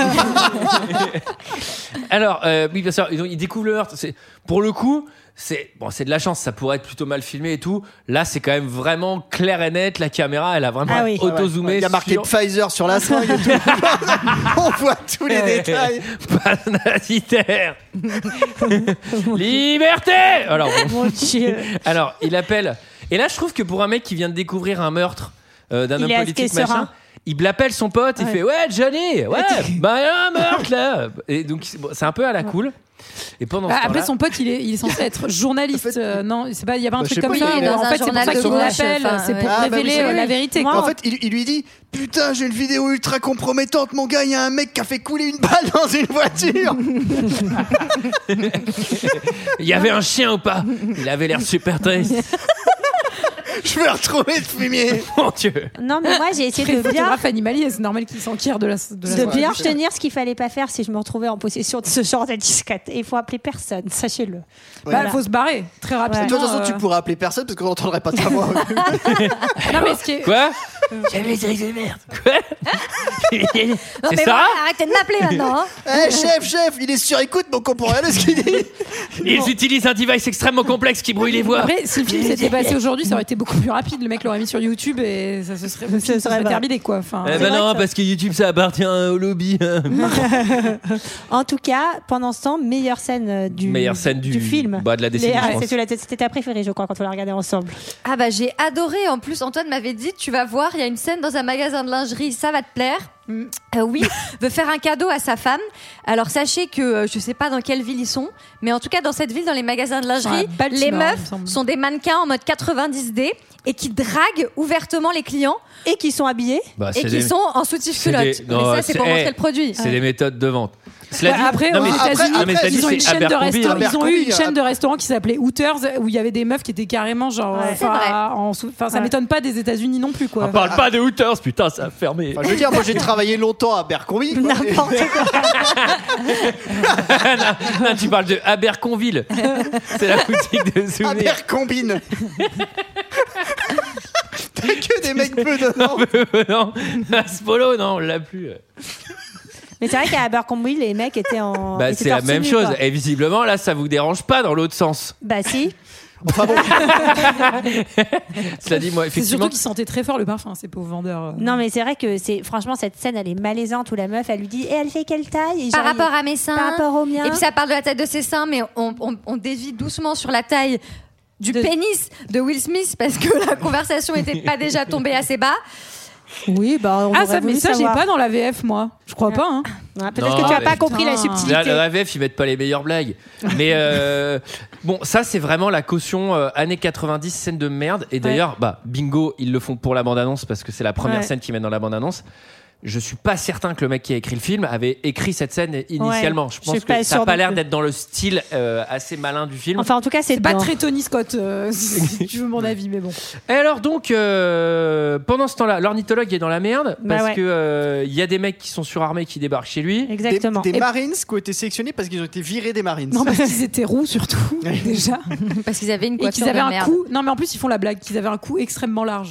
Alors, oui, bien sûr, ils découvrent le meurtre. Pour le coup, c'est de la chance. Ça pourrait être plutôt mal filmé et tout. Là, c'est quand même vraiment clair et net. La caméra, elle a vraiment Ah oui. auto-zoomé. Il y a marqué sur Pfizer sur la seringue et tout. On voit tous les détails. Parasitaire. Liberté. Alors, bon. Mon Dieu. Alors, il appelle. Et là, je trouve que pour un mec qui vient de découvrir un meurtre d'un Il homme est politique, assez serein. machin, il l'appelle son pote, il fait ouais Johnny, ouais, bah il y a un meurtre là. Et donc c'est un peu à la cool. Et pendant ce Après, temps-là, son pote, il est censé être journaliste. Non, c'est pas. Il y a pas un Bah, truc je sais comme pas, ça. il est En dans un fait, c'est pour journal ça de qu'il gauche, l'appelle. enfin, C'est pour Ah, bah oui, révéler c'est vrai. la vérité. En quoi. fait, il lui dit putain, j'ai une vidéo ultra compromettante, mon gars. Il y a un mec qui a fait couler une balle dans une voiture. il y avait un chien ou pas? Il avait l'air super triste. Je vais retrouver ce fumier. Mon Dieu. Non, mais moi j'ai essayé Très de bien photographe animalier, c'est normal qu'il s'enquiert de la. de bien retenir ce qu'il fallait pas faire si je me retrouvais en possession de ce genre de disquette. Et il faut appeler personne, sachez-le. Bah, faut se barrer très rapidement. De toute façon, tu pourrais appeler personne parce qu'on n'entendrait pas ta voix. Non, mais ce qui est. Quoi? J'avais les trucs de merde. Quoi? Non, C'est mais ça? voilà, arrêtez de m'appeler maintenant. Hein. Eh, chef, il est sur écoute, mais on comprend rien de ce qu'il dit. Ils utilisent un device extrêmement complexe qui brouille les voix. Après, si le film s'était passé aujourd'hui, ça aurait été beaucoup plus rapide. Le mec l'aurait mis sur YouTube et ça se serait, le film se serait terminé, quoi. Enfin, Eh ben non, parce que YouTube ça appartient au lobby. En tout cas, pendant ce temps, meilleure scène du film. Bah, de la décennie. je pense. C'était ta préférée, je crois, quand on l'a regardé ensemble. Ah bah j'ai adoré. En plus, Antoine m'avait dit, tu vas voir, il y a une scène dans un magasin de lingerie, ça va te plaire. Oui, veut faire un cadeau à sa femme. Alors sachez que je sais pas dans quelle ville ils sont, mais en tout cas dans cette ville, dans les magasins de lingerie, Ah, Baltimore, les il me meufs semble. sont des mannequins en mode 90D et qui draguent ouvertement les clients Et qui sont habillés. Bah, et c'est qui des- sont en soutif c'est culotte. des- Mais non, ça, c'est pour montrer le produit. C'est des méthodes de vente. Cela dit, après, non, mais aux États-Unis, non, mais cela dit, ils ont c'est une chaîne de Abercrombie, restaurants. hein. Ils ont eu une Abercrombie, chaîne de restaurants qui s'appelait Hooters où il y avait des meufs qui étaient carrément genre. Ouais. C'est vrai. Ça m'étonne pas des États-Unis non plus, quoi. On parle pas de Hooters, putain, ça a fermé. Enfin, je veux dire, moi j'ai travaillé longtemps à Abercrombie. quoi. N'importe quoi. non, tu parles de Aberconville. C'est la boutique de souvenirs. Abercombine. T'as que des mecs peu dedans. Non, Spolo, non, on l'a plus. Mais c'est vrai qu'à Abercrombie, les mecs étaient en. Bah, étaient c'est la torse même nu, chose. quoi. Et visiblement, là, ça vous dérange pas dans l'autre sens. Bah si. Enfin bon, Cela dit, moi, C'est effectivement. surtout qu'ils sentaient très fort le parfum, ces pauvres vendeurs. Non, mais c'est vrai que franchement, cette scène, elle est malaisante où la meuf, elle lui dit, et elle fait quelle taille? Et Par genre, rapport à mes seins. Par rapport aux miens. Et puis ça parle de la taille de ses seins, mais on dévie doucement sur la taille du pénis de Will Smith parce que la conversation n'était pas déjà tombée assez bas. Oui, bah on Ah, aurait ça, mais voulu ça, j'ai savoir. pas dans la VF, moi. Je crois pas, hein. Ouais, peut-être Non, que tu as mais- pas compris la Putain. subtilité. Là, la VF, ils mettent pas les meilleures blagues. Mais bon, ça, c'est vraiment la caution années 90, scène de merde. Et d'ailleurs, bah, bingo, ils le font pour la bande-annonce parce que c'est la première Ouais. scène qu'ils mettent dans la bande-annonce. Je suis pas certain que le mec qui a écrit le film avait écrit cette scène initialement. Je je pense suis pas que ça sûre a pas non l'air plus. d'être dans le style assez malin du film. Enfin, en tout cas, c'est C'est pas dedans. très Tony Scott, si tu veux mon avis, mais bon. Et alors donc, pendant ce temps-là, l'ornithologue est dans la merde Bah parce ouais. que il y a des mecs qui sont surarmés qui débarquent chez lui. Exactement. des Marines qui ont été sélectionnés parce qu'ils ont été virés des Marines. Non, parce qu'ils étaient roux, surtout, déjà. Parce qu'ils avaient une Et coiffure qu'ils avaient de un merde. cou. Non, mais en plus, ils font la blague qu'ils avaient un cou extrêmement large.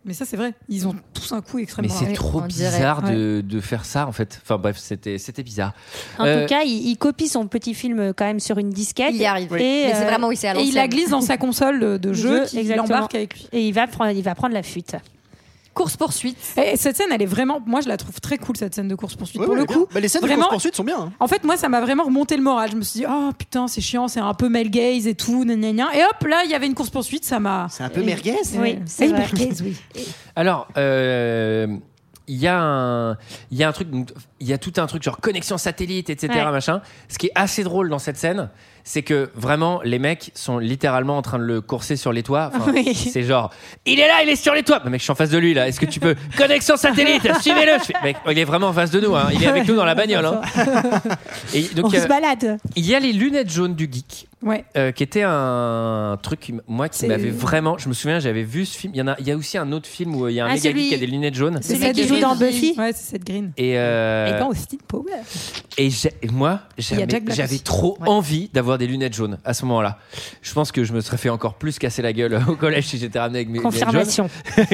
Mais ça, c'est vrai. Ils ont tous un coup extrêmement. Mais c'est trop on dirait. bizarre de faire ça en fait. Enfin bref, c'était bizarre. En tout cas, il copie son petit film quand même sur une disquette. Il y arrive. Et, Mais c'est vraiment oui, c'est à Et l'ancienne. il la glisse dans sa console de jeu qu'il exactement. embarque avec lui. Et il va prendre la fuite. Course-poursuite. Et cette scène, elle est vraiment. Moi, je la trouve très cool, cette scène de course-poursuite. Ouais, Pour ouais, le bien. coup. Bah, les scènes de vraiment, course-poursuite sont bien. Hein. En fait, moi, ça m'a vraiment remonté le moral. Je me suis dit, oh putain, c'est chiant, c'est un peu male gaze et tout, gna. Et hop, là, il y avait une course-poursuite, ça m'a. C'est un peu merguez. Oui, c'est vrai. oui. Alors, il y a un truc, il y a tout un truc genre connexion satellite, etc. Ouais. Machin. Ce qui est assez drôle dans cette scène, c'est que vraiment les mecs sont littéralement en train de le courser sur les toits. Enfin, Oui. c'est genre, il est là, il est sur les toits. Mais mec, je suis en face de lui là. Est-ce que tu peux connexion satellite, suivez-le. Je fais, mec, il est vraiment en face de nous. Hein. Il est avec nous dans la bagnole. Hein. Et donc On se balade. il y a les lunettes jaunes du geek. Ouais. Qui était un truc qui m'avait vraiment. Je me souviens, j'avais vu ce film. Il y a aussi un autre film où il y a un méga geek qui a des lunettes jaunes. C'est celui qui joue dans Buffy. Ouais, c'est Seth Green. Et dans Austin Powers. et moi, Il y a Jack Black j'avais aussi. trop envie d'avoir des lunettes jaunes à ce moment-là. Je pense que je me serais fait encore plus casser la gueule au collège si j'étais ramené avec mes lunettes jaunes. Confirmation.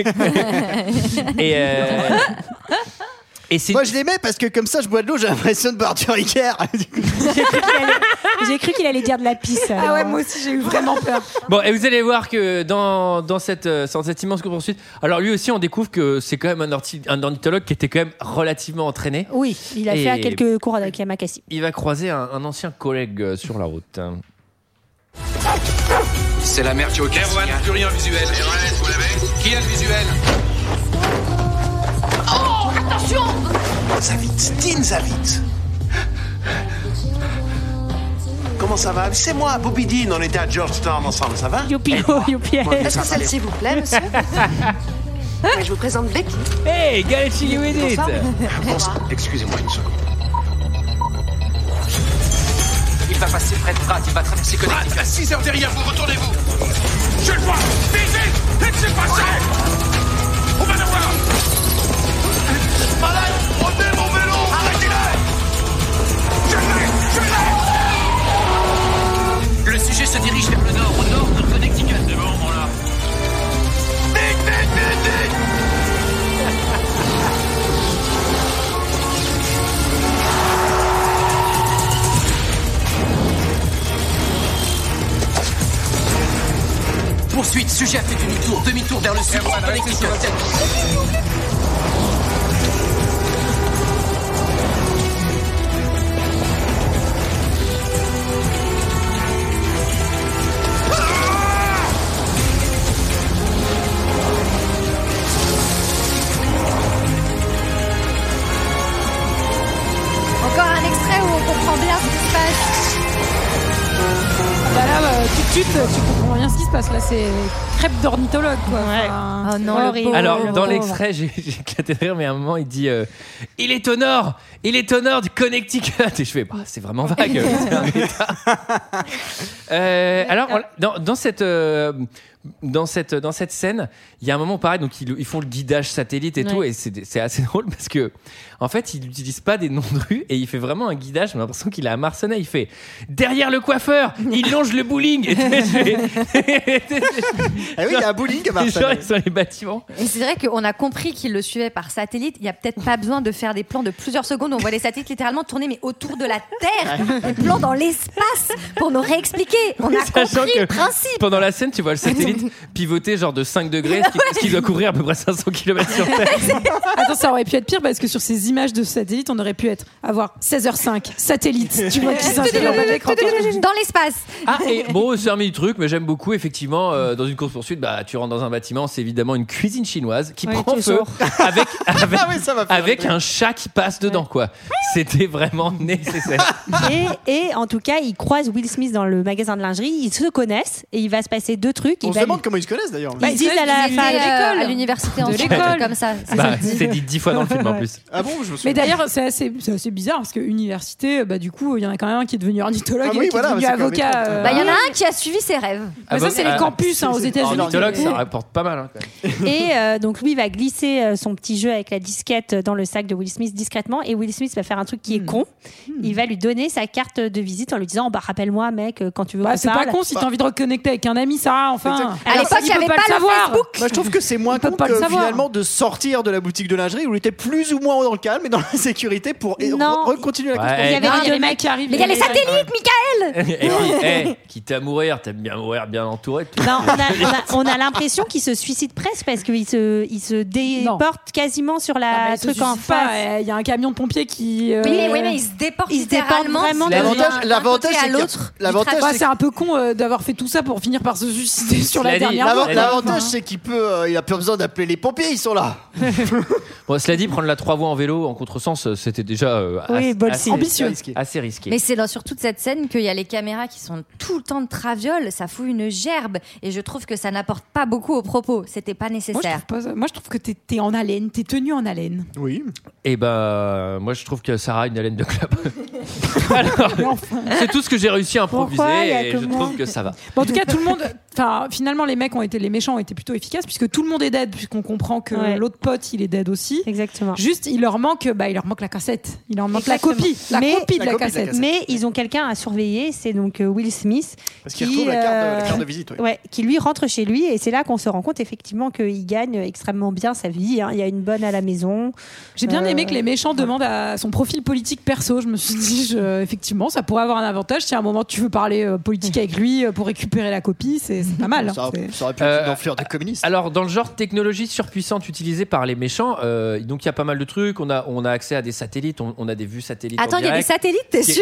Et c'est Moi, je les mets parce que comme ça, je bois de l'eau, j'ai l'impression de boire du Ricard. J'ai cru qu'il allait dire de la pisse. Ah ouais, moi aussi, j'ai eu vraiment peur. bon. Et vous allez voir que dans cette immense poursuite, alors lui aussi, on découvre que c'est quand même un ornithologue qui était quand même relativement entraîné. Oui, il a Et- fait quelques cours avec Yamakasi. Il va croiser un ancien collègue sur la route. C'est la merde, tu es au Erwan, plus rien visuel. Erwan, vous l'avez? Qui a le visuel? Oh, attention! Zavitz, Dean Zavitz. Comment ça va? C'est moi, Bobby Dean, on était à Georgetown ensemble, ça va? Youpi, youpi. Est-ce que celle s'il vous plaît, monsieur? Oui, je vous présente Becky. Hey, Galaxy You Edit. Bonsoir. Excusez-moi une seconde. Il va passer près de Pratt, il va traverser Connecticut. À 6 heures derrière vous, retournez-vous. Je le vois. Vite, vite, laissez passer. On va le voir. Malade, prenez mon vélo. Arrêtez-le. Je l'ai. Le sujet se dirige vers le nord, au nord de Connecticut. C'est bon, on l'a. Vite, vite, vite, vite. Poursuite, sujet a fait demi-tour vers le sud, Erwan, restez Connecticut. sur la tête. Encore un extrait où on comprend bien ce qui se passe. Bah là, tout de suite, tu comprends rien ce qui se passe. Là, c'est crêpe d'ornithologue, quoi. Enfin, Oh non, le horrible. pauvre. Alors, le dans pauvre. l'extrait, j'ai éclaté de rire, mais à un moment, il dit il est au nord du Connecticut. Et je fais bah, c'est vraiment vague. C'est un méta. Alors, dans cette scène, il y a un moment pareil, donc ils font le guidage satellite et Ouais. tout, et c'est assez drôle parce que en fait, il n'utilise pas des noms de rue et il fait vraiment un guidage. J'ai l'impression qu'il est à Marseille. Il fait derrière le coiffeur, il longe le bowling. Et Ah oui, il y a un bowling à Marseille. Genre, ils sont les bâtiments. Et c'est vrai qu'on a compris qu'il le suivait par satellite. Il n'y a peut-être pas besoin de faire des plans de plusieurs secondes où on voit les satellites littéralement tourner, mais autour de la Terre. Des plans dans l'espace pour nous réexpliquer. On a Sachant compris que le principe. pendant la scène, tu vois le satellite pivoter genre de 5 degrés, ce qui doit couvrir à peu près 500 km sur Terre. Attends, ça aurait pu être pire parce que sur ces images de satellite, on aurait pu avoir 16h05, satellite, tu vois, qui s'inscrit en bas de l'écran. Dans l'espace. Ah, et bon, c'est un mini-truc, mais j'aime beaucoup, effectivement, dans une course-poursuite, bah, tu rentres dans un bâtiment, c'est évidemment une cuisine chinoise qui Oui, prend tu feu sors. avec, Ah oui, ça va faire avec rigoler. un chat qui passe dedans, quoi. C'était vraiment nécessaire. Et en tout cas, ils croisent Will Smith dans le magasin de lingerie, ils se connaissent et il va se passer deux trucs. On Il se va demande comment ils se connaissent d'ailleurs. Ils disent à la fin de à l'école. l'université De ensuite, l'école. comme ça. C'est Bah, ça que dit. c'est dit 10 fois dans le film en plus. Ah bon, je me souviens. Mais d'ailleurs, c'est assez bizarre parce que université, bah, du coup, il y en a quand même un qui est devenu ornithologue Ah oui, et qui voilà, est devenu c'est quand même avocat. étrange. Bah, il y en a un qui a suivi ses rêves. Mais ça, c'est les campus aux États-Unis. Ornithologue, ça rapporte pas mal. Hein, quand même. Et donc lui va glisser son petit jeu avec la disquette dans le sac de Will Smith discrètement et Will Smith va faire un truc qui est con. Il va lui donner sa carte de visite en lui disant bah rappelle-moi mec quand tu veux Bah, qu'on c'est parle. pas con si t'as envie de reconnecter avec un ami, Sarah, enfin. À l'époque, il n'y avait pas le Facebook. Moi, je trouve que c'est moins con que finalement de sortir de la boutique de lingerie où il était plus ou moins dans le calme et dans la sécurité pour continuer la construction. Il y avait des mecs qui arrivent. Mais il y a les satellites, Michael. Et puis, quitte à mourir, t'aimes bien mourir bien entouré. On a l'impression qu'il se suicide presque parce qu'il se déporte quasiment sur la truc en face. Il y a un camion de pompiers qui. Oui, mais il se déporte littéralement. L'avantage, à l'autre. C'est un peu con d'avoir fait tout ça pour finir par se suicider sur la dernière fois. L'avantage, c'est il a pas besoin d'appeler les pompiers, ils sont là. Bon, cela dit, prendre la 3 voies en vélo en contresens, c'était déjà assez risqué. Mais c'est sur toute cette scène qu'il y a les caméras qui sont tout le temps de traviole, ça fout une gerbe et je trouve que ça n'apporte pas beaucoup au propos. C'était pas nécessaire. Moi, je trouve que t'es en haleine, t'es tenu en haleine. Oui. Et moi, je trouve que Sarah a une haleine de club. Alors, c'est tout ce que j'ai réussi à improviser et je trouve que ça va. Bon, en tout cas, tout le monde. Finalement, les méchants ont été plutôt efficaces puisque tout le monde est dead, puisqu'on comprend que l'autre pote, il est dead aussi. Exactement. Juste, il leur manque la cassette. Il leur manque la copie de la cassette. Mais ils ont quelqu'un à surveiller, c'est donc Will Smith. Parce qu'il retrouve la carte de visite. Qui lui rentre chez lui et c'est là qu'on se rend compte effectivement qu'il gagne extrêmement bien sa vie. Il y a une bonne à la maison. J'ai bien aimé que les méchants demandent à son profil politique perso. Je me suis dit, effectivement, ça pourrait avoir un avantage. Si à un moment tu veux parler politique avec lui pour récupérer la copie, c'est pas mal. Ça aurait pu être une enflure de communistes. Alors, dans le genre technologie surpuissante utilisée par les méchants, donc il y a pas mal de trucs. On a accès à des satellites, on a des vues satellites. Attends, il y a des satellites, t'es sûr?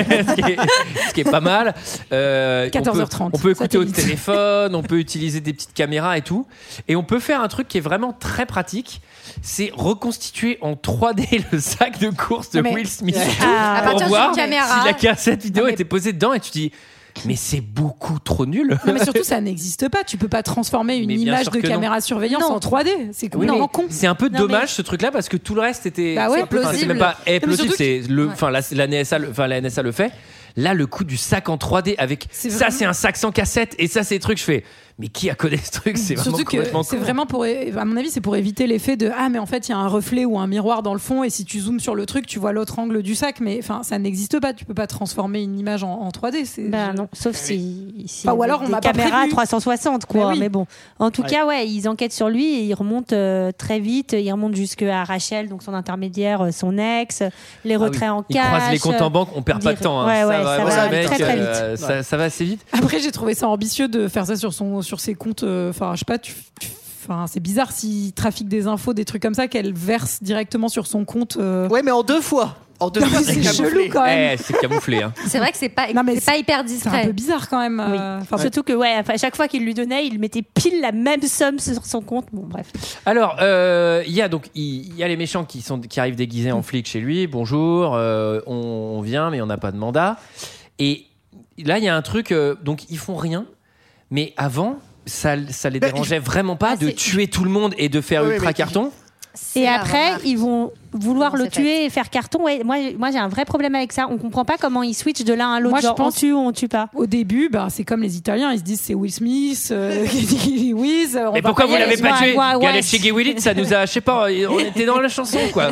Ce qui est pas mal. 14h30. On peut écouter au téléphone, on peut utiliser des petites caméras et tout. Et on peut faire un truc qui est vraiment très pratique. C'est reconstituer en 3D le sac de course de Will Smith pour voir si la cassette vidéo était posée dedans et tu dis mais c'est beaucoup trop nul. Non, mais surtout ça n'existe pas. Tu peux pas transformer une image de caméra surveillance en 3D. C'est complètement con. C'est un peu dommage ce truc-là parce que tout le reste était. C'est même pas plausible. C'est la NSA le fait. Là, le coup du sac en 3D avec ça, c'est un sac sans cassette et ça, c'est des trucs. Je fais. Mais qui a codé ce truc? C'est vraiment complètement c'est vraiment à mon avis, c'est pour éviter l'effet de mais en fait il y a un reflet ou un miroir dans le fond et si tu zoomes sur le truc, tu vois l'autre angle du sac. Mais ça n'existe pas. Tu peux pas transformer une image en 3D. Non, sauf si ou alors on des m'a caméras 360 quoi. Oui. Mais bon, en tout cas, ils enquêtent sur lui et ils remontent très vite. Ils remontent jusqu'à Rachel, donc son intermédiaire, son ex, les retraits en cash. Ils croisent les comptes en banque, on perd pas de temps. Ça va très très vite. Ça va assez vite. Après, j'ai trouvé ça ambitieux de faire ça sur ses comptes. Je sais pas, c'est bizarre s'il trafique des infos, des trucs comme ça, qu'elle verse directement sur son compte. Ouais, mais en 2 fois. C'est chelou quand même. C'est camouflé. C'est vrai que c'est pas hyper discret. C'est un peu bizarre quand même. Surtout que à chaque fois qu'il lui donnait, il mettait pile la même somme sur son compte. Bon, bref. Alors, il y a les méchants qui arrivent déguisés en flics chez lui. Bonjour, on vient, mais on n'a pas de mandat. Et là, il y a un truc. Donc, ils font rien. Mais avant, ça les dérangeait vraiment pas de tuer tout le monde et de faire ultra carton. Et après, ils vont vouloir le tuer et faire carton. Ouais, moi, j'ai un vrai problème avec ça. On comprend pas comment ils switchent de l'un à l'autre. Moi, je pense on tue ou on tue pas. Au début, c'est comme les Italiens. Ils se disent c'est Will Smith, Wiz. Mais pourquoi vous l'avez pas tué? Galactic Willy, ça nous a, je sais pas, on était dans la chanson quoi.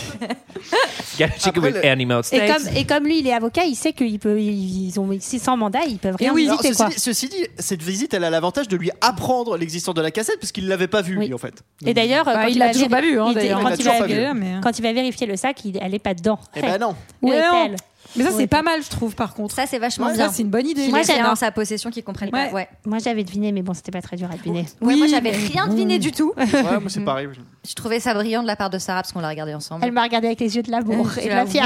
Galactic Willy, Animal States. Et comme lui, il est avocat, il sait ils ont sans mandat, ils peuvent rien visiter. Ceci dit, cette visite, elle a l'avantage de lui apprendre l'existence de la cassette parce qu'il l'avait pas vue lui en fait. Et d'ailleurs, il l'a toujours pas vu. Quand il va vérifier le sac, elle est pas dedans. Eh ben non. Où est-elle? Mais ça, c'est pas mal, je trouve, par contre. Ça, c'est vachement bien. Ça, c'est une bonne idée. Moi, j'avais dans sa possession qui comprennent pas. Ouais. Moi, j'avais deviné, mais bon, c'était pas très dur à deviner. Oui, moi, j'avais rien deviné du tout. Ouais, moi, c'est pareil. Je trouvais ça brillant de la part de Sarah parce qu'on l'a regardé ensemble. Elle m'a regardé avec les yeux de l'amour et de la fierté.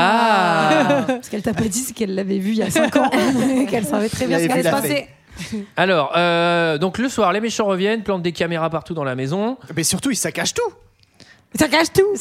Ce qu'elle t'a pas dit, c'est qu'elle l'avait vu il y a 5 ans. Qu'elle savait très bien ce qui allait se passer. Alors, donc le soir, les méchants reviennent, plantent des caméras partout dans la maison. Mais surtout, ils saccagent tout. Ça cache tout.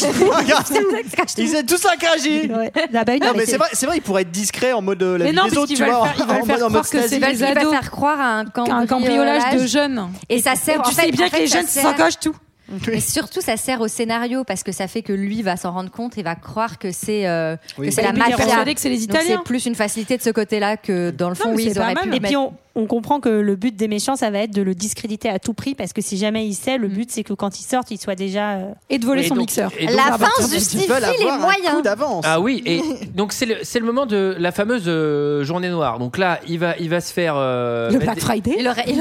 Ils ont tout saccagé. Ouais. Non, mais c'est vrai, ils pourraient être discrets en mode la vie des autres, tu vois. Ils veulent faire croire que c'est des ados. Ils veulent faire croire à un cambriolage de jeunes. Et ça sert. Tu sais bien que les jeunes saccagent tout. Mais surtout, ça sert au scénario parce que ça fait que lui va s'en rendre compte et va croire que c'est la mafia. Que c'est les Italiens. Donc c'est plus une facilité de ce côté-là que dans le fond, oui, ils auraient pu. Et puis on comprend que le but des méchants, ça va être de le discréditer à tout prix, parce que si jamais il sait, le but c'est que quand il sorte, il soit déjà et de voler son mixeur. La fin justifie les moyens. d'avance. Oui, et donc c'est le moment de la fameuse journée noire. Donc là, il va se faire le Black Friday.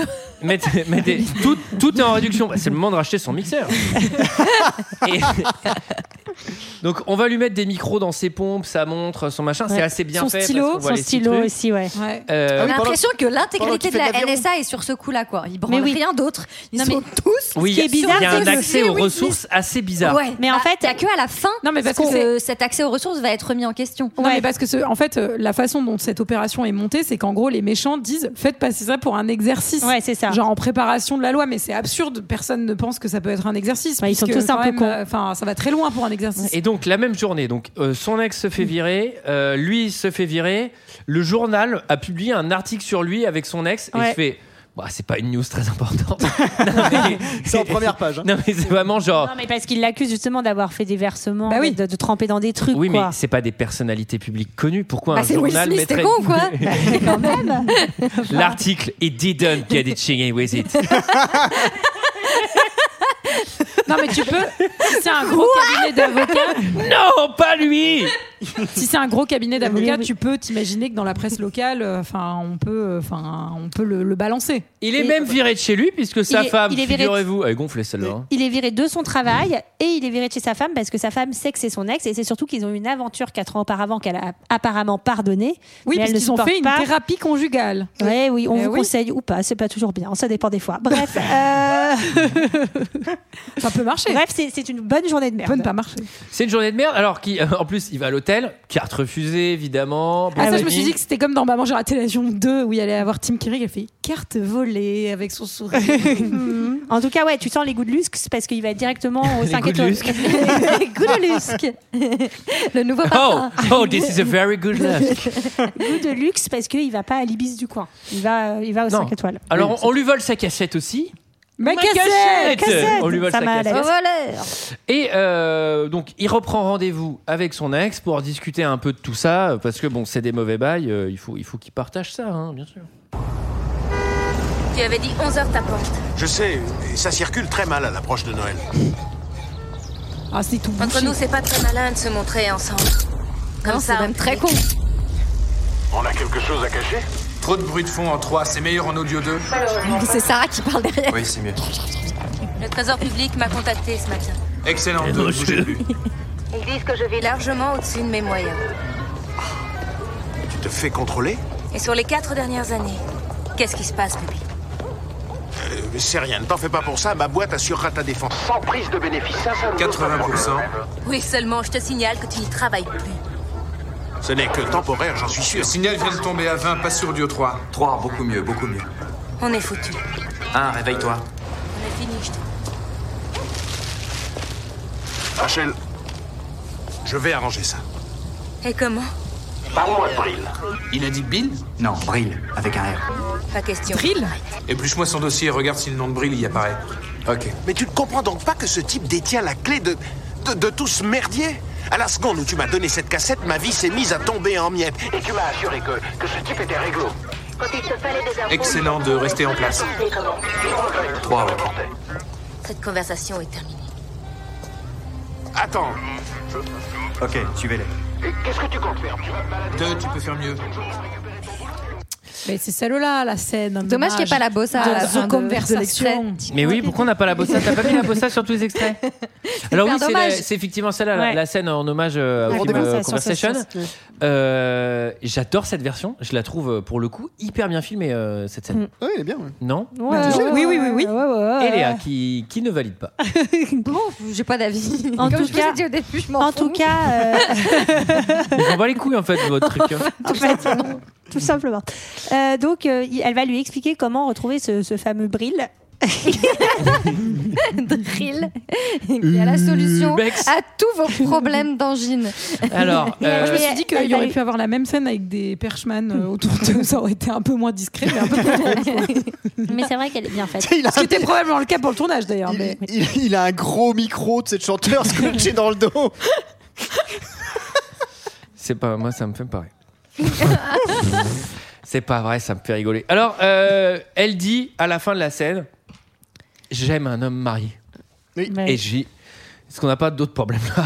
Tout est en réduction. C'est le moment de racheter son mixeur. Et donc on va lui mettre des micros dans ses pompes, sa montre, son machin. C'est assez bien fait. Son stylo aussi, ouais. On a l'impression que l'intégralité de la NSA est sur ce coup-là, quoi. Ils branlent rien d'autre. Ils sont tous. Oui, ce qui est bizarre, il y a un accès aux ressources assez bizarre. Ouais, mais en fait, il n'y a que à la fin que cet accès aux ressources va être remis en question. Non, mais parce que en fait, la façon dont cette opération est montée, c'est qu'en gros, les méchants disent faites passer ça pour un exercice. Ouais, c'est ça. Genre en préparation de la loi, mais c'est absurde. Personne ne pense que ça peut être un exercice. Ils sont tous un peu cons. Enfin, ça va très loin pour un exercice. Et donc la même journée, son ex se fait virer, lui se fait virer. Le journal a publié un article sur lui avec son ex et il fait. Bah, c'est pas une news très importante. C'est en première page. Non, mais c'est vraiment genre. Non, mais parce qu'il l'accuse justement d'avoir fait des versements, de tremper dans des trucs. Oui, quoi. mais c'est pas des personnalités publiques connues. Pourquoi un c'est journal Will Smith, mettrait. t'es con ou quoi Quand même. L'article It didn't get it chinging with it. Non, mais tu peux. Si c'est un gros cabinet d'avocats. Non, pas lui. Si c'est un gros cabinet d'avocats, tu peux t'imaginer que dans la presse locale, on peut le balancer. Il est même viré de chez lui puisque sa femme, figurez-vous, elle gonflait celle-là. Hein. Il est viré de son travail et il est viré de chez sa femme parce que sa femme sait que c'est son ex et c'est surtout qu'ils ont eu une aventure 4 ans auparavant qu'elle a apparemment pardonnée. Oui, parce qu'ils ont fait une thérapie conjugale. Ouais, oui, on vous conseille ou pas, c'est pas toujours bien, ça dépend des fois. Bref, ça peut marcher. Bref, c'est une bonne journée de merde. Ça peut ne pas marcher. C'est une journée de merde. Alors en plus, il va à l'hôtel, carte refusée évidemment. Je me suis dit que c'était comme dans Maman j'ai raté l'avion 2 où il allait avoir Tim Curry, elle fait carte volée avec son sourire. En tout cas, ouais, tu sens les goûts de luxe parce qu'il va être directement au 5 étoiles. Les goûts de luxe. Le nouveau parfum. Oh, this is a very good luxe. Goût de luxe parce qu'il va pas à l'Ibis du coin. Il va au 5 étoiles. Alors on lui vole sa cassette aussi. Ma cassette. On lui vole sa cassette. Voleur. Et donc il reprend rendez-vous avec son ex pour discuter un peu de tout ça parce que bon, c'est des mauvais bails. Il faut qu'il partage ça, hein, bien sûr. Tu avais dit 11h ta porte. Je sais, et ça circule très mal à l'approche de Noël. Ah, c'est tout. Entre nous, c'est pas très malin de se montrer ensemble. Comme ça, c'est même très con. On a quelque chose à cacher? Trop de bruit de fond en 3, c'est meilleur en audio 2. C'est Sarah qui parle derrière. Oui, c'est mieux. Le trésor public m'a contacté ce matin. Excellent, ne bougez plus. Ils disent que je vis largement au-dessus de mes moyens. Tu te fais contrôler? Et sur les 4 dernières années, qu'est-ce qui se passe, Bubi? C'est rien, ne t'en fais pas pour ça, ma boîte assurera ta défense. Sans prise de bénéfice, 80%. Oui, seulement, je te signale que tu n'y travailles plus. Ce n'est que temporaire, j'en suis sûr. Le signal vient de tomber à 20, pas sur audio 3. 3, beaucoup mieux, beaucoup mieux. On est foutus. 1, réveille-toi. On est fini, je te... Rachel, je vais arranger ça. Et comment? Parle-moi de Brill. Il a dit Bill? Non, Brill, avec un R. Pas question. Drill. Épluche-moi son dossier et regarde si le nom de Brill y apparaît. Ok. Mais tu ne comprends donc pas que ce type détient la clé de tout ce merdier? À la seconde où tu m'as donné cette cassette, ma vie s'est mise à tomber en miettes. Et tu m'as assuré que ce type était réglo. Excellent de rester en place. 3, ok. Cette conversation est terminée. Attends. Ok, suivez-les. Qu'est-ce que tu comptes faire? 2, tu peux faire mieux. Mais c'est celle-là, la scène. Dommage qu'il n'y ait pas la bossa à la fin de l'extrait. Mais oui, pourquoi on n'a pas la bossa? T'as pas mis la bossa sur tous les extraits? Alors oui, dommage. c'est effectivement celle-là, la scène en hommage au film Conversation. J'adore cette version. Je la trouve pour le coup hyper bien filmée cette scène. Oui, elle est bien. Ouais. Non? Oui. Et Léa qui ne valide pas. Bon, j'ai pas d'avis. En tout cas, dit au début, je m'en En fous. tout cas, Je m'en bats les couilles en fait de votre truc. en fait, tout simplement. Donc, elle va lui expliquer comment retrouver ce fameux Brill. Drill, qui a la solution à tous vos problèmes d'angine. Alors, je me suis dit qu'il y aurait pu avoir la même scène avec des perchman autour d'eux, ça aurait été un peu moins discret, mais un peu plus drôle. Mais c'est vrai qu'elle est bien faite. Ce qui était probablement le cas pour le tournage d'ailleurs. Il a un gros micro de cette chanteuse scotché dans le dos. c'est pas moi, ça me fait pareil. C'est pas vrai, ça me fait rigoler. Alors, elle dit à la fin de la scène, j'aime un homme marié. Oui. Et j'ai... Est-ce qu'on n'a pas d'autres problèmes là?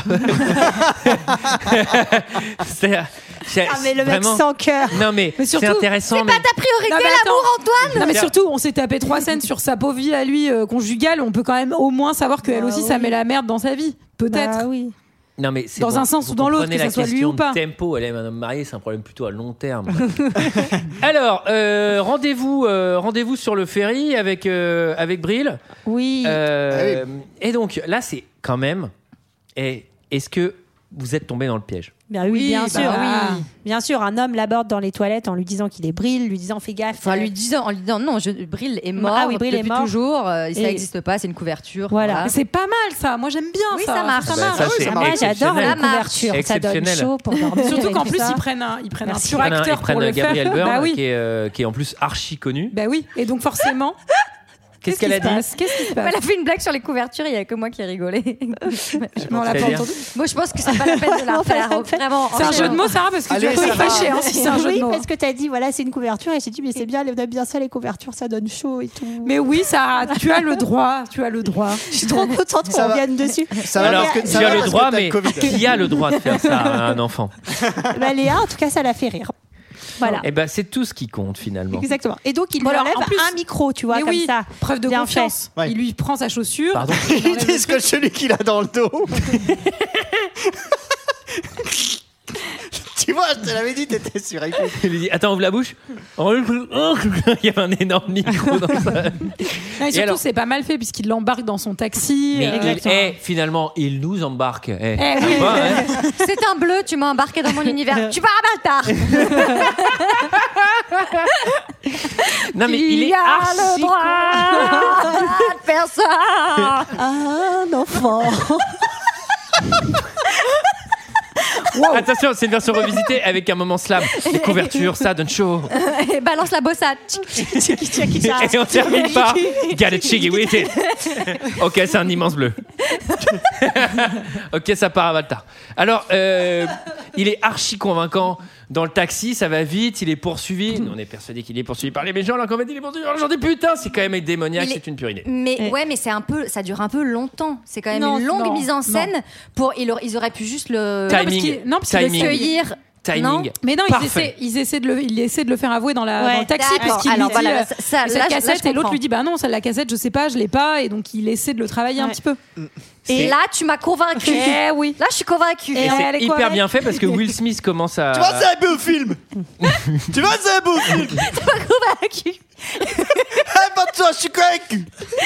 mais le mec sans cœur. Non mais surtout, c'est intéressant. C'est pas ta priorité, l'amour, Antoine. Non mais surtout, on s'est tapé 3 scènes sur sa pauvre vie à lui conjugale. On peut quand même au moins savoir qu'elle aussi ça met la merde dans sa vie. Peut-être. Bah, oui. Non mais c'est dans un sens ou dans l'autre, que ça soit lui ou pas. Tempo, elle aime un homme marié, c'est un problème plutôt à long terme. Alors, rendez-vous sur le ferry avec Bril. Oui. Et donc là, c'est quand même. Est-ce que vous êtes tombé dans le piège? Oui, bien sûr. Oui. Bien sûr, un homme l'aborde dans les toilettes en lui disant qu'il est Bril, lui disant fais gaffe. Enfin, en lui disant non, Bril est mort. Ah oui, Bril depuis est mort. toujours. Ça n'existe pas, c'est une couverture. Voilà. Mais c'est pas mal ça. Moi j'aime bien Oui, ça. ça marche. Moi j'adore la couverture. Ça donne exceptionnel. chaud pour dormir. Surtout qu'en et plus tout ça. ils prennent un Ils pur acteur pour le faire. Gabriel Byrne, Bah oui. qui est en plus archi connu. Bah oui. Et donc forcément. Qu'est-ce qu'elle a dit? Qu'est-ce qui se passe? Elle a fait une blague sur les couvertures, il n'y a que moi qui ai rigolé. On l'a pas entendu. Moi, je pense que c'est pas la peine de la refaire. Vraiment. C'est un jeu de mots, Sarah, parce que tu es fâchée si c'est un jeu de mots. Parce que t'as dit, voilà, c'est une couverture, et j'ai dit, mais c'est bien, on aime bien ça, les couvertures, ça donne chaud et tout. Mais oui, Sarah, tu as le droit. Je suis trop contente qu'on revienne dessus. Alors, tu as le droit, mais qui a le droit de faire ça à un enfant? Léa, en tout cas, ça l'a fait rire. Voilà. Et ben c'est tout ce qui compte finalement. Exactement. Et donc il lui enlève un micro, tu vois, comme ça. Preuve de confiance. Ouais. Il lui prend sa chaussure. Pardon. Il déscolle celui qu'il a dans le dos. Tu vois, je te l'avais dit, t'étais sur iPhone. Il lui dit attends, ouvre la bouche. Il y a un énorme micro dans ça. Et surtout, alors, c'est pas mal fait puisqu'il l'embarque dans son taxi. Mais finalement, il nous embarque. Oui. C'est un bleu, tu m'as embarqué dans mon univers. Tu pars à Baltar. Non mais il est le droit de faire ça. Un enfant. Wow. Attention, c'est une version revisitée avec un moment slam. Les couvertures, ça donne chaud. Et balance la bossa. Et on termine par Got it chiggy with it. Ok, c'est un immense bleu. Ok, ça part à Baltar. Alors, il est archi convaincant. Dans le taxi, ça va vite, il est poursuivi. On est persuadé qu'il est poursuivi par les méchants, alors qu'en fait, il est poursuivi par les gens. Des putain, c'est quand même démoniaque, c'est une pure idée. Mais ouais, mais c'est un peu, ça dure un peu longtemps. C'est quand même une longue mise en scène. Ils auraient pu juste le cueillir. Timing. Non. Mais non, il essaie de le faire avouer dans le taxi parce qu'il lui dit cette cassette et l'autre lui dit bah non, la cassette je sais pas, je l'ai pas, et donc il essaie de le travailler un petit peu. Et là tu m'as convaincu. Oui. Là je suis convaincue. Et c'est hyper bien fait parce que Will Smith commence à. Tu vois, c'est un beau film. Tu vois, c'est un beau film. Tu m'as convaincu. Ah pas de toi, je suis convaincu.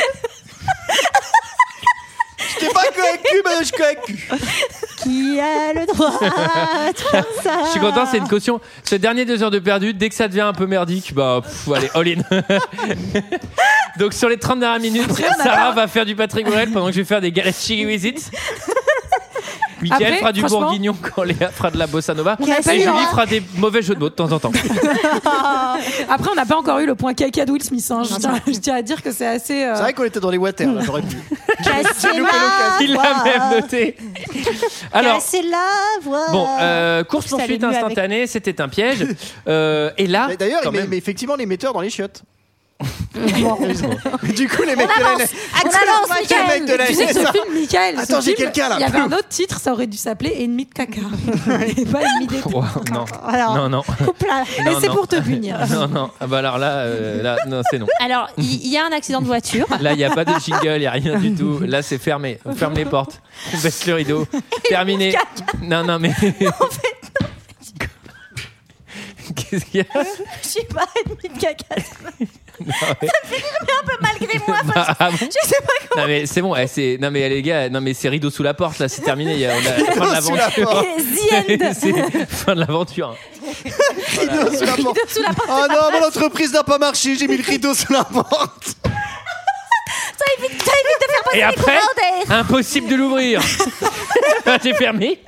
Je t'ai pas convaincu, mais je suis convaincu. Qui a le droit de faire ça? Je suis content, c'est une caution. Ce dernier 2 heures de perdu, dès que ça devient un peu merdique, bah allez, all in. Donc sur les 30 dernières minutes, Sarah va faire du Patrick Bruel pendant que je vais faire des galettes chili with it. Mickaël fera du bourguignon quand Léa fera de la bossa nova. Et Julie fera des mauvais jeux de mots de temps en temps. Après, on n'a pas encore eu le point caca de Will Smith. Hein. Je tiens à dire que c'est assez. C'est vrai qu'on était dans les water, là, j'aurais pu. Il l'a même noté. Alors, c'est la voix. Bon, course-poursuite instantanée, c'était un piège. Et là. Mais d'ailleurs, il met effectivement l'émetteur dans les chiottes. Du coup, les mecs de la Mickaël. Tu sais que ce film, Mickaël, attends, j'ai quelqu'un là. Il y avait un autre titre, ça aurait dû s'appeler Ennemi de caca. Et pas Ennemi d'été. Wow, non. Alors, non. Mais c'est pour te punir. Non. Ah bah alors là, non, c'est non. Alors, il y a un accident de voiture. Là, il n'y a pas de jingle, il n'y a rien du tout. Là, c'est fermé. On ferme les portes. On baisse le rideau. Terminé. Non, mais. En fait, non. Qu'est-ce qu'il y a? Je sais pas, Ennemi de caca. Non, ça me fait rire, mais un peu malgré moi. Enfin, je sais pas comment. Non mais c'est bon, non mais les gars, non mais c'est rideau sous la porte là, c'est terminé. On a la fin de l'aventure. C'est fin de l'aventure. Rideau sous la porte. Oh non, mon entreprise n'a pas marché, j'ai mis le rideau sous la porte. Ça évite de faire passer et après, les courants. impossible de l'ouvrir. J'ai fermé.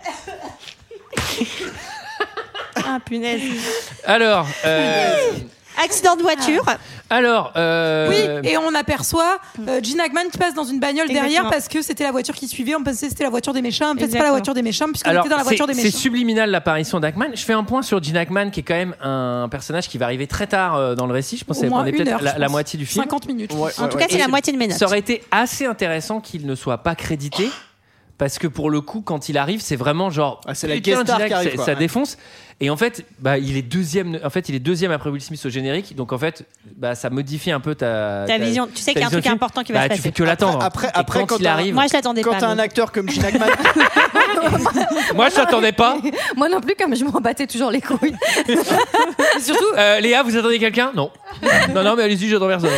Ah punaise. Alors. Accident de voiture. Alors, Oui, et on aperçoit Gene Hackman qui passe dans une bagnole derrière Exactement. parce que c'était la voiture qui suivait. On pensait que c'était la voiture des méchants. En fait, c'est pas Exactement. la voiture des méchants puisqu'on alors était dans la voiture des c'est méchants. subliminal l'apparition d'Hackman. Je fais un point sur Gene Hackman qui est quand même un personnage qui va arriver très tard dans le récit. Je pense Au qu'elle moins prenait une peut-être heure, je la pense. moitié du film. 50 minutes. Ouais, En tout cas, c'est la moitié de mes notes. Ça aurait été assez intéressant qu'il ne soit pas crédité. Parce que pour le coup, quand il arrive, c'est vraiment genre. C'est la putain, guest star Gene qui arrive, Hackman, quoi. ça Ouais. défonce. Et en fait, il est deuxième. En fait, il est deuxième après Will Smith au générique. Donc en fait, ça modifie un peu ta vision. Tu sais ta qu'il y a un vision truc du film. important qui va se Tu passer. fais que l'attendre. Après, Et quand quand il arrive. Moi, je l'attendais Quand pas. t'as un mais- acteur comme Gene Hackman, Moi, je t'attendais pas. Moi non plus, comme je m'en battais toujours les couilles. Et surtout, Léa, vous attendez quelqu'un? Non. Non, mais allez-y, j'attends personne.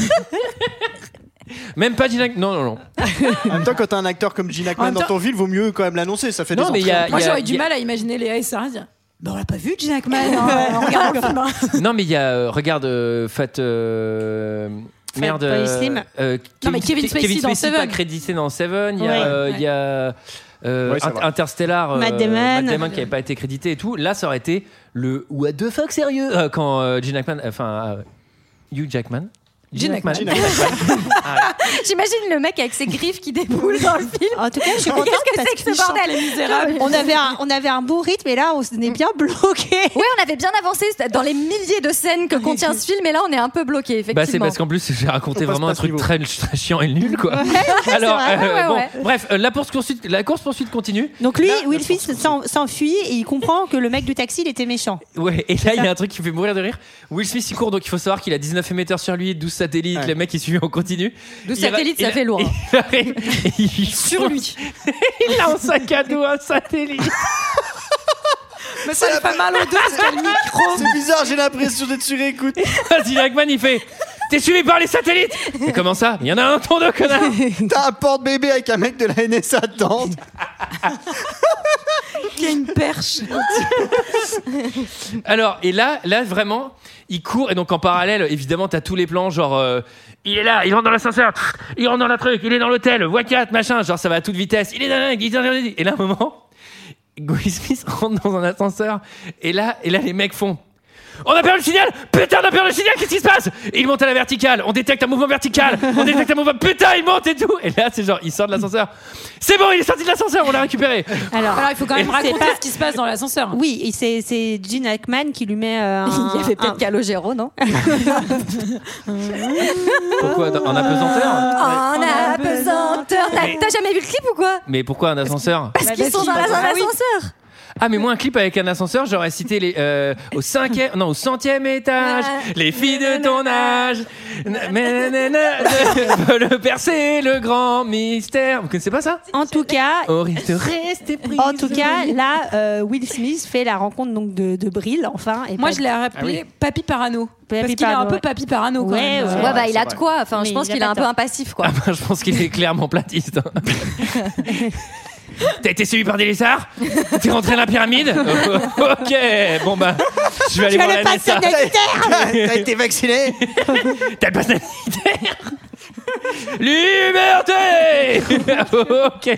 Même pas Gene Hackman. Non. en même temps, quand t'as un acteur comme Gene En Hackman même dans temps- ton ville, vaut mieux quand même l'annoncer. Ça fait Non, des mais il y a- entrées. moi j'aurais du mal à imaginer Léa et Sarah dire on l'a pas vu Gene Hackman en regardant le film. Hein. Non, mais il y a. Regarde, merde. Fatboy Slim. Non, mais Kevin Spacey dans pas Seven. crédité dans Seven. Il y Ouais. a. Il y a Ouais, c'est vrai. Interstellar, Matt Damon. qui n'avait pas été crédité et tout. Là, ça aurait été le what the fuck sérieux quand Gene Hackman, Hugh Jackman. Gene Hackman. J'imagine le mec avec ses griffes qui déboulent dans le film. En tout cas, je suis contente Qu'est-ce que parce c'est que ce qu'il bordel chantait. Misérable. On avait un beau rythme et là, on est bien bloqué. Oui, on avait bien avancé dans les milliers de scènes que contient ce film, et là, on est un peu bloqué, effectivement. C'est parce qu'en plus j'ai raconté On passe vraiment pas un ce truc niveau. très chiant et nul quoi. Alors Ouais. bref, la course poursuite continue. Donc lui, Will Smith s'enfuit et il comprend que le mec du taxi, il était méchant. Ouais, et là il y a un truc qui me fait mourir de rire. Will Smith il court, donc il faut savoir qu'il a 19 émetteurs sur lui, 12 satellites, Ouais. le mec il suit en continu. 12 satellites, ça fait lourd. Sur lui. Il a en sac à dos un satellite. Mais ça fait pas mal aux deux parce qu'il y a le micro. C'est bizarre, j'ai l'impression d'être sur écoute. Gene Hackman il fait t'es suivi par les satellites. Et comment ça? Il y en a un ton de connard. T'as un porte-bébé avec un mec de la NSA dedans. Il y a une perche. Alors, et là vraiment, il court, et donc en parallèle, évidemment, t'as tous les plans, genre, il est là, il rentre dans l'ascenseur, il rentre dans la truc, il est dans l'hôtel, voie 4, machin, genre ça va à toute vitesse, il est dingue, et là, à un moment, Will Smith rentre dans un ascenseur, et là, les mecs font. On a perdu le signal! Putain, on a perdu le signal! Qu'est-ce qui se passe? Il monte à la verticale, on détecte un mouvement vertical, on détecte un mouvement. Putain, il monte et tout! Et là, c'est genre, il sort de l'ascenseur. C'est bon, il est sorti de l'ascenseur, on l'a récupéré. Alors, il faut quand même c'est raconter pas- ce qui se passe dans l'ascenseur. Oui, et c'est Gene Hackman qui lui met Il y avait peut-être Calogero, non? Pourquoi? En apesanteur? En apesanteur. T'as jamais vu le clip ou quoi? Mais pourquoi un ascenseur? Parce qu'ils sont dans un ascenseur. Ah, mais moi, un clip avec un ascenseur, j'aurais cité au 100e étage, les filles de ton âge, veulent percer le grand mystère. Vous connaissez pas ça? En tout cas, restez prise. en tout cas, là, Will Smith fait la rencontre donc de Brill, enfin. Et Moi, pas- je l'ai appelé Papy Parano. Parce qu'il est un Parano, peu ouais. Papy Parano quand Ouais, même. ouais. Ouais, bah, il a c'est de quoi. Enfin, je Mais pense il a qu'il est pas un peu tort. un passif, quoi. Ah bah, je pense qu'il est clairement platiste. T'as été suivi par des lézards? T'es rentré dans la pyramide? Ok, bon bah, je vais aller Tu as voir le la pass NSA. sanitaire. T'as été vacciné? T'as le pass sanitaire? Liberté. Ok.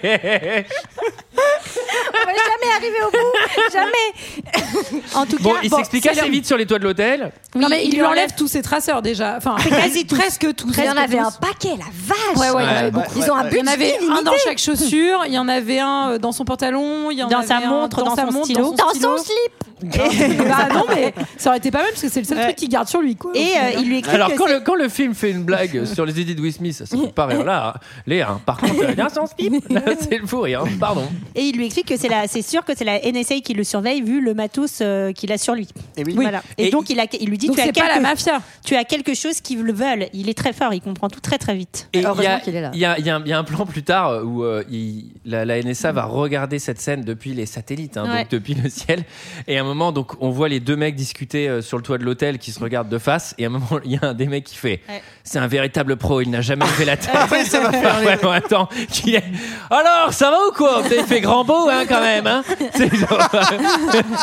On va jamais arriver au bout. Jamais. En tout Bon, cas, il s'explique assez vite sur les toits de l'hôtel. Non, mais Oui, il lui enlève tous ses traceurs déjà. Enfin, quasi tous. presque tous. Il y en avait un tous. paquet, la vache. Ouais, il y en Ouais, avait beaucoup. Ils ont un Il y en avait budget un dans illimité. chaque chaussure, il y en avait un dans son pantalon, il y en Dans avait sa un montre, dans sa son montre, stylo. Dans stylo. son slip. Bah non, mais ça aurait été pas mal parce que c'est le seul truc qu'il garde sur lui. Quoi, Et il lui explique Alors, que quand le film fait une blague sur les idées de Will Smith, ça fait pas rire là, Léa. Hein. Par contre, bien sans slip, là, c'est le fou rire. Pardon. Et il lui explique que c'est sûr que c'est la NSA qui le surveille vu le matos qu'il a sur lui. Et oui. Voilà. Et, Et donc il lui dit Donc tu as c'est pas la mafia. tu as quelque chose qu'ils le veulent. Il est très fort, il comprend tout très très vite. Et il y Heureusement a- qu'il est là. il y a un plan plus tard où la NSA va regarder cette scène depuis les satellites, hein, Ouais. donc depuis le ciel. Et à un moment, donc, on voit les deux mecs discuter sur le toit de l'hôtel qui se regardent de face. Et à un moment, il y a un des mecs qui fait c'est un véritable pro, il n'a jamais levé la tête. Ouais, ça va faire Ouais, bon, attends, alors, ça va ou quoi? Vous avez fait grand beau, hein, quand même. Hein. C'est genre,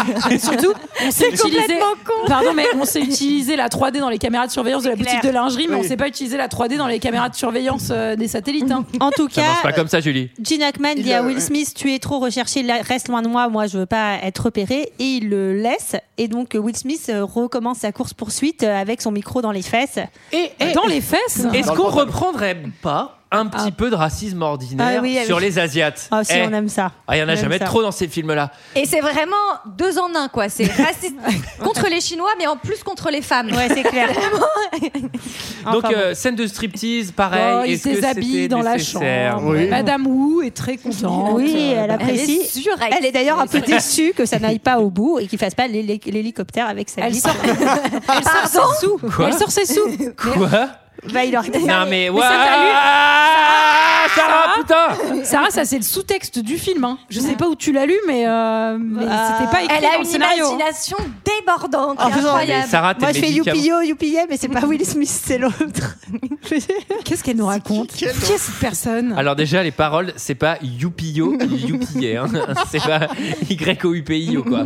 Surtout, on sait utiliser. complètement con. Pardon, mais on sait utiliser la 3D dans les caméras de surveillance de la boutique de lingerie, mais on sait pas utiliser la 3D dans les caméras de surveillance des satellites. Hein. En tout Ça cas, marche pas comme ça, Julie. Gene Hackman dit à Will Smith, tu es trop recherché, reste loin de moi, moi je veux pas être repéré, et il le laisse. Et donc Will Smith recommence sa course-poursuite avec son micro dans les fesses. Et dans les fesses. Est-ce qu'on reprendrait pas un petit peu de racisme ordinaire sur les Asiates? Ah si, on aime ça. Il y en a jamais trop dans ces films-là. Et c'est vraiment 2 en 1, quoi. C'est raciste contre les Chinois, mais en plus contre les femmes. Ouais, c'est clair. Donc, scène de striptease, pareil. Oh, il Est-ce que déshabille c'était dans la nécessaire? chambre. Oui. Madame Wu est très contente. Oui, elle apprécie. Elle est d'ailleurs un peu surexcitée. déçue que ça n'aille pas au bout et qu'il fasse pas l'hélicoptère avec sa vie. Elle sort ses sous. Quoi? Elle sort ses sous. Quoi? Bah, il aurait Non mais ouais. t'as lu Sarah, putain. Sarah, ça c'est le sous-texte du film. Hein. Je sais pas où tu l'as lu, mais c'était pas écrit Elle a dans le une scénario. imagination débordante, Oh, incroyable. Mais Sarah, t'es Moi je fais médicament. youpi-yo, youpi-yé, mais c'est pas Will Smith, c'est l'autre. Qu'est-ce qu'elle nous raconte? Qui est cette personne? Alors déjà les paroles c'est pas youpio youpié hein. C'est pas YOUPIO quoi.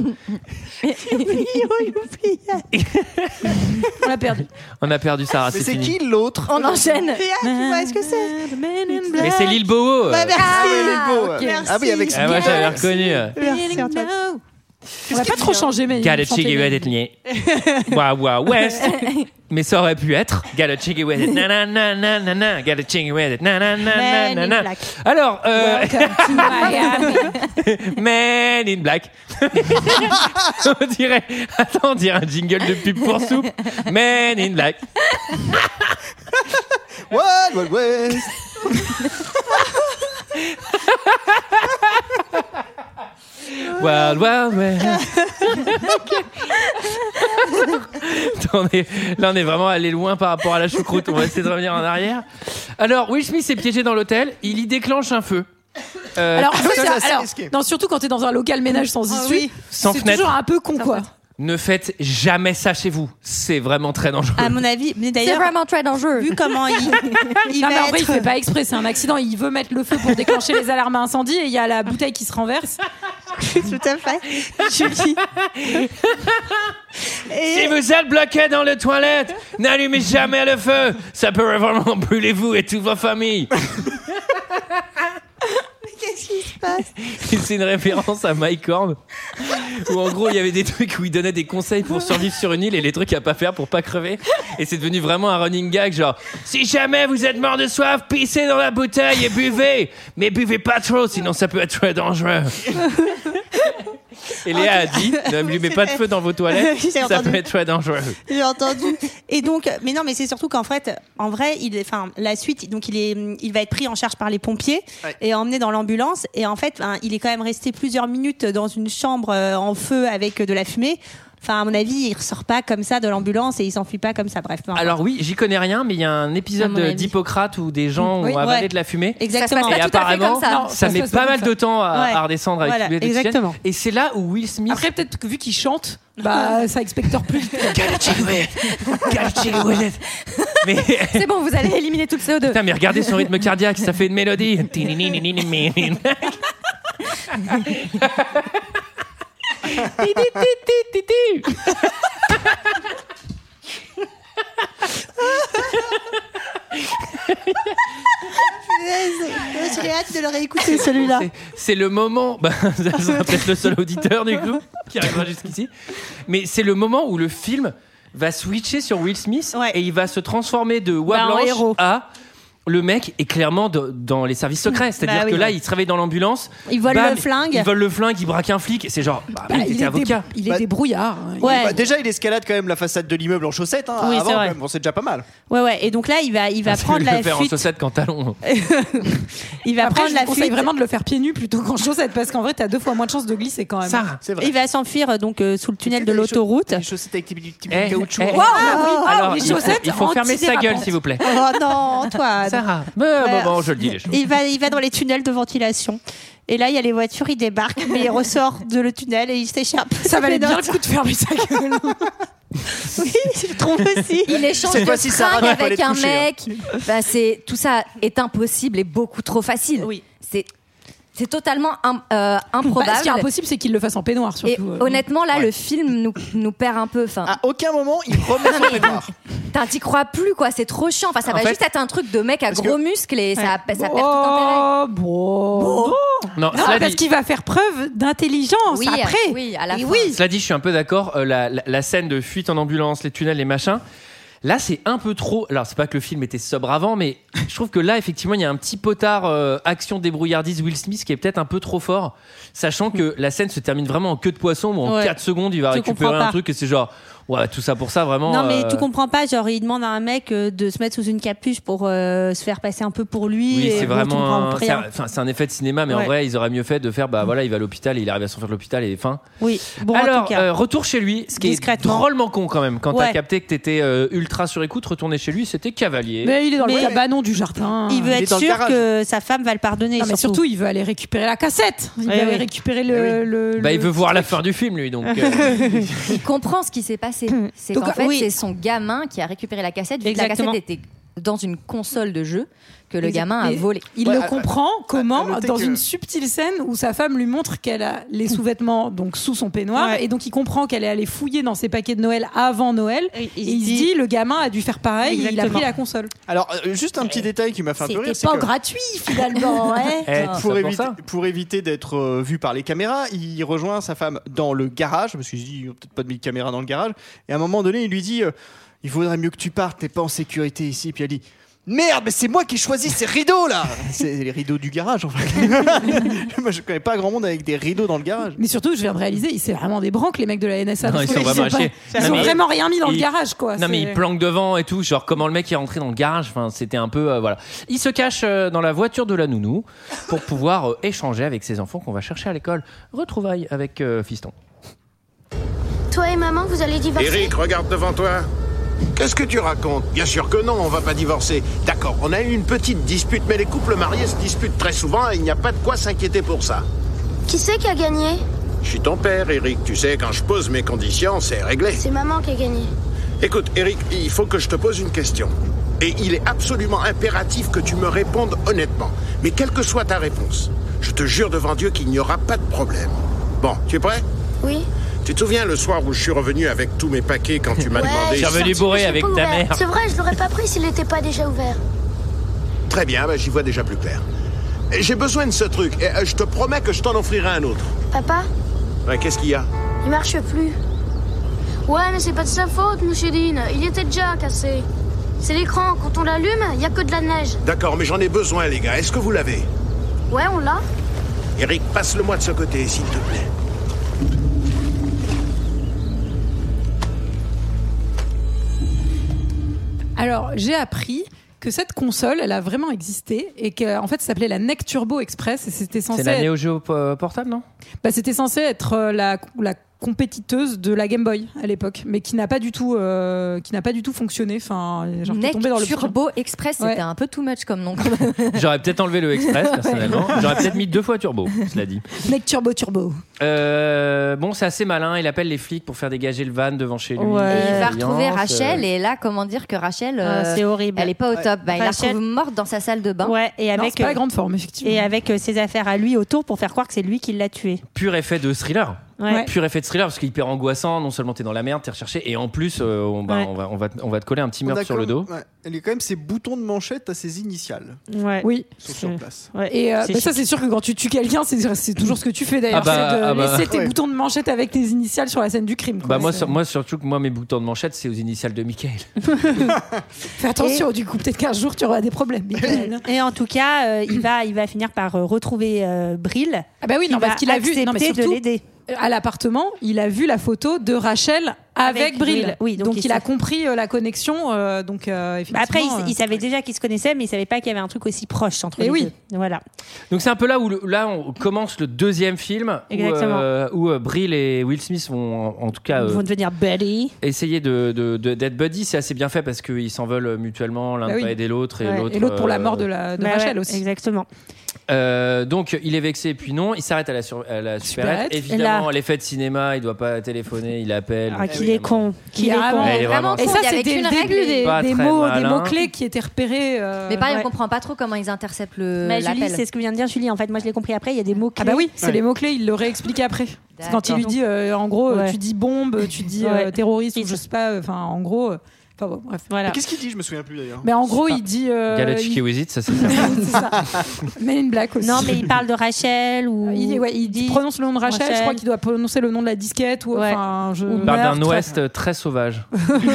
On l'a perdu. On a perdu Sarah, Mais c'est c'est fini. qui l'autre? On enchaîne. Tu vois ce que c'est? Mais c'est Lil Boho. Bah, merci. Lil Bo. Ah oui, avec Ah, moi j'avais reconnu. Merci, Antoine. On va pas trop changer, mais. Got a chicky with it, niais. Wow, wow, West. Mais ça aurait pu être Got a chicky with it, na na na na na na. Got a chicky with it, na na na na na na. Alors, Welcome to Miami. Man in Black. On dirait un jingle de pub pour soupe. Man in Black. Wild Wild West. Wild Wild West. Là, on est vraiment allé loin par rapport à la choucroute. On va essayer de revenir en arrière. Alors, Will Smith est piégé dans l'hôtel. Il y déclenche un feu. Alors, c'est risqué. non, surtout quand t'es dans un local ménage sans issue, Sans c'est fenêtre. toujours un peu con, quoi. Ne faites jamais ça chez vous. C'est vraiment très dangereux. À mon avis, mais C'est d'ailleurs, vraiment très dangereux. vu comment il Non, mais en va vrai, il être. fait pas exprès, c'est un accident. Il veut mettre le feu pour déclencher les alarmes à incendie et il y a la bouteille qui se renverse. Tout à fait. Julie. Si vous êtes bloqué dans les toilettes, n'allumez jamais le feu. Ça peut vraiment brûler vous et toute votre famille. Qu'est-ce qui se passe? C'est une référence à Mike Horn où en gros il y avait des trucs où il donnait des conseils pour survivre sur une île et les trucs à pas faire pour pas crever, et c'est devenu vraiment un running gag, genre si jamais vous êtes mort de soif, pissez dans la bouteille et buvez, mais buvez pas trop sinon ça peut être très dangereux. Et Léa a dit n'allumez pas de feu dans vos toilettes, J'ai ça entendu. peut être très dangereux. J'ai entendu. Et donc, mais non, mais c'est surtout qu'en fait, en vrai, la suite, donc il va être pris en charge par les pompiers et emmené dans l'ambulance. Et en fait, il est quand même resté plusieurs minutes dans une chambre en feu avec de la fumée. Enfin, à mon avis, il ressort pas comme ça de l'ambulance et il s'enfuit pas comme ça. Bref. Alors oui, j'y connais rien, mais il y a un épisode d'Hippocrate où des gens ont avalé de la fumée. Exactement. Et apparemment, Non, ça met pas mal de temps à redescendre avec Voilà, tous les oxygènes. exactement. Et c'est là où Will Smith. Après, peut-être que vu qu'il chante, bah, ça expecteur plus. Mais C'est bon, vous allez éliminer tout le CO2. putain, mais regardez son rythme cardiaque, ça fait une mélodie. J'ai hâte de le réécouter celui-là. C'est le moment, bah, ça sera peut-être le seul auditeur du coup qui arrivera jusqu'ici, mais c'est le moment où le film va switcher sur Will Smith et il va se transformer de Oie en Blanche héros. à le mec est clairement dans les services secrets, c'est-à-dire Bah oui, que là ouais. il se réveille dans l'ambulance, Il vole le flingue. il vole le flingue, il braque un flic, et c'est genre mais il était avocat. Il est débrouillard. hein. Ouais. Bah, déjà, il escalade quand même la façade de l'immeuble en chaussettes. Hein, Oui, avant, c'est vrai. quand même. Bon, c'est déjà pas mal. Ouais. Et donc là, il va prendre le la faire en fuite. chaussettes qu'en talons. Il va Après, prendre je la vous conseille fuite. vraiment de le faire pieds nus plutôt qu'en chaussettes parce qu'en vrai, t'as 2 fois moins de chances de glisser quand même. Ça, C'est vrai. Il va s'enfuir donc sous le tunnel de l'autoroute. Les chaussettes avec des petits Eh, caoutchouc. eh, Alors, les il faut- chaussettes il faut fermer sa gueule antidérapantes. s'il vous plaît. Oh non, Antoine. Sarah, bon, je le dis les choses. Il va dans les tunnels de ventilation. Et là, il y a les voitures, il débarque, mais il ressort de le tunnel et il s'échappe. Ça valait fait bien notre- le coup de fermer sa gueule. Oui, je trouve aussi. Il échange Cette de fois-ci, Sarah fringues va pas avec aller te un coucher, mec. Bah, tout ça est impossible et beaucoup trop facile. Oui. C'est C'est totalement improbable. Ce qui est impossible, c'est qu'il le fasse en peignoir, surtout. Et honnêtement, là, le film nous perd un peu. À aucun moment, il remet son peignoir. T'y crois plus, quoi. C'est trop chiant. Enfin, ça va juste être un truc de mec à gros muscles et ça perd tout intérêt. Non, parce qu'il va faire preuve d'intelligence après. Oui, à la fin. Cela dit, je suis un peu d'accord. La scène de fuite en ambulance, les tunnels, les machins. Là, c'est un peu trop. Alors, c'est pas que le film était sobre avant, mais je trouve que là, effectivement, il y a un petit potard action débrouillardise Will Smith qui est peut-être un peu trop fort, sachant que la scène se termine vraiment en queue de poisson où en 4 secondes, il va récupérer un truc et c'est genre. Ouais, tout ça pour ça, vraiment. Non, mais tu comprends pas. Genre, il demande à un mec de se mettre sous une capuche pour se faire passer un peu pour lui. Oui, et c'est vraiment. C'est un effet de cinéma, mais en Ouais. vrai, ils auraient mieux fait de faire. Bah voilà, il va à l'hôpital, il arrive à sortir de l'hôpital et fin. Oui. Bon, en alors, tout cas. retour chez lui, ce qui est drôlement con quand même. Quand t'as capté que t'étais ultra sur écoute, retourner chez lui, c'était cavalier. Mais il est dans le cabanon du jardin. Il veut être sûr que sa femme va le pardonner. Non, mais surtout, il veut aller récupérer la cassette. Il veut aller récupérer le. Bah, il veut voir la fin du film, lui, donc. Il comprend ce qui s'est passé. C'est qu'en fait, c'est son gamin qui a récupéré la cassette. Vu que la cassette était dans une console de jeu que le gamin a volé. Il le comprend comment dans une subtile scène où sa femme lui montre qu'elle a les sous-vêtements donc sous son peignoir et donc il comprend qu'elle est allée fouiller dans ses paquets de Noël avant Noël et il se dit le gamin a dû faire pareil et il a pris la console. Alors juste un petit détail qui m'a fait un peu rire, c'était pas gratuit finalement. Pour éviter d'être vu par les caméras, il rejoint sa femme dans le garage parce qu'il se dit il n'y a peut-être pas de caméra dans le garage et à un moment donné il lui dit il vaudrait mieux que tu partes, t'es pas en sécurité ici. Puis elle dit merde, mais c'est moi qui ai choisi ces rideaux là. C'est les rideaux du garage en fait. Moi je connais pas grand monde avec des rideaux dans le garage. Mais surtout, je viens de réaliser, c'est vraiment des branques les mecs de la NSA. Non, ils sont vraiment chiés. Ils ont vraiment rien mis dans le garage quoi. Non mais ils planquent devant et tout, genre comment le mec est rentré dans le garage. Enfin, c'était un peu voilà. Il se cache dans la voiture de la nounou pour pouvoir échanger avec ses enfants qu'on va chercher à l'école. Retrouvailles avec Fiston. Toi et maman, vous allez divorcer? Eric, regarde devant toi. Qu'est-ce que tu racontes? Bien sûr que non, on va pas divorcer. D'accord, on a eu une petite dispute, mais les couples mariés se disputent très souvent et il n'y a pas de quoi s'inquiéter pour ça. Qui c'est qui a gagné? Je suis ton père, Eric. Tu sais, quand je pose mes conditions, c'est réglé. C'est maman qui a gagné. Écoute, Eric, il faut que je te pose une question. Et il est absolument impératif que tu me répondes honnêtement. Mais quelle que soit ta réponse, je te jure devant Dieu qu'il n'y aura pas de problème. Bon, tu es prêt? Oui. Tu te souviens le soir où je suis revenu avec tous mes paquets quand tu m'as demandé... Je suis revenu bourré avec ta mère. C'est vrai, je l'aurais pas pris s'il n'était pas déjà ouvert. Très bien, j'y vois déjà plus clair. J'ai besoin de ce truc et je te promets que je t'en offrirai un autre. Papa? Ouais, qu'est-ce qu'il y a? Il marche plus. Ouais, mais c'est pas de sa faute, Mouchidine. Il était déjà cassé. C'est l'écran. Quand on l'allume, il y a que de la neige. D'accord, mais j'en ai besoin, les gars. Est-ce que vous l'avez? Ouais, on l'a. Eric, passe-le-moi de ce côté, s'il te plaît. Alors, j'ai appris que cette console, elle a vraiment existé et qu'en fait, ça s'appelait la NEC Turbo Express et c'était censé. C'est la Neo Geo portable, non? Bah, c'était censé être la compétiteuse de la Game Boy à l'époque, mais qui n'a pas du tout fonctionné. Enfin, genre qui est tombé dans le Turbo Express, c'était un peu too much comme nom. J'aurais peut-être enlevé le Express personnellement. J'aurais peut-être mis 2 fois Turbo, cela dit. NEC Turbo. Bon, c'est assez malin. Il appelle les flics pour faire dégager le van devant chez lui. Ouais. Et il va retrouver Rachel et là, comment dire que Rachel, c'est horrible. Elle est pas au top. Bah, il la Rachel... retrouve morte dans sa salle de bain. Ouais, et avec c'est pas la grande forme effectivement. Et avec ses affaires à lui autour pour faire croire que c'est lui qui l'a tué. Pur effet de thriller. Ouais. Pur effet de thriller parce qu'il est hyper angoissant. Non seulement t'es dans la merde, t'es recherché, et en plus on va te coller un petit meurtre sur le dos. Ouais. Il y a quand même ses boutons de manchette à ses initiales. Ouais. Oui. Sont sur place. Ouais. Et ça c'est sûr que quand tu tues quelqu'un, c'est toujours ce que tu fais d'ailleurs, c'est de laisser tes boutons de manchette avec tes initiales sur la scène du crime. Quoi. Bah moi surtout que mes boutons de manchette c'est aux initiales de Michael. Fais attention, du coup peut-être qu'un jour tu auras des problèmes, Michael. Et en tout cas, il va finir par retrouver Brill. Ah bah oui, non, parce qu'il a vu de l'aider. À l'appartement, il a vu la photo de Rachel avec Brill. Oui, donc il a compris la connexion. Effectivement, après, il savait déjà qu'ils se connaissaient, mais il savait pas qu'il y avait un truc aussi proche entre les deux. Voilà. Donc c'est un peu là où on commence le deuxième film où Brill et Will Smith vont en tout cas vont devenir buddy. Essayer d'être buddy. C'est assez bien fait parce qu'ils s'en veulent mutuellement, l'un de pas aider l'autre et l'autre pour la mort de Rachel aussi. Exactement. Donc il est vexé, puis non, il s'arrête à la supérette. Évidemment, l'effet de cinéma, il doit pas téléphoner, il appelle. Qu'il est con. Qu'il est vraiment con. Et ça, Il y avait c'était qu'une le début règle. des mots-clés qui étaient repérés. Mais pareil, on comprend pas trop comment ils interceptent l'appel. Julie, c'est ce que vient de dire Julie. En fait, moi, je l'ai compris après. Il y a des mots-clés. Ah bah oui, c'est les mots-clés. Il l'aurait expliqué après. C'est quand il lui dit, en gros, tu dis bombe, tu dis terroriste, ou je sais pas. Enfin, en gros. Enfin bon, bref. Voilà. Qu'est-ce qu'il dit? Je me souviens plus d'ailleurs. Mais en gros, il dit. Galactic with it, ça c'est ça. C'est ça. Men in Black aussi. Non, mais il parle de Rachel ou. Il prononce le nom de Rachel. Je crois qu'il doit prononcer le nom de la disquette ou. Enfin, il parle d'un Ouest très sauvage.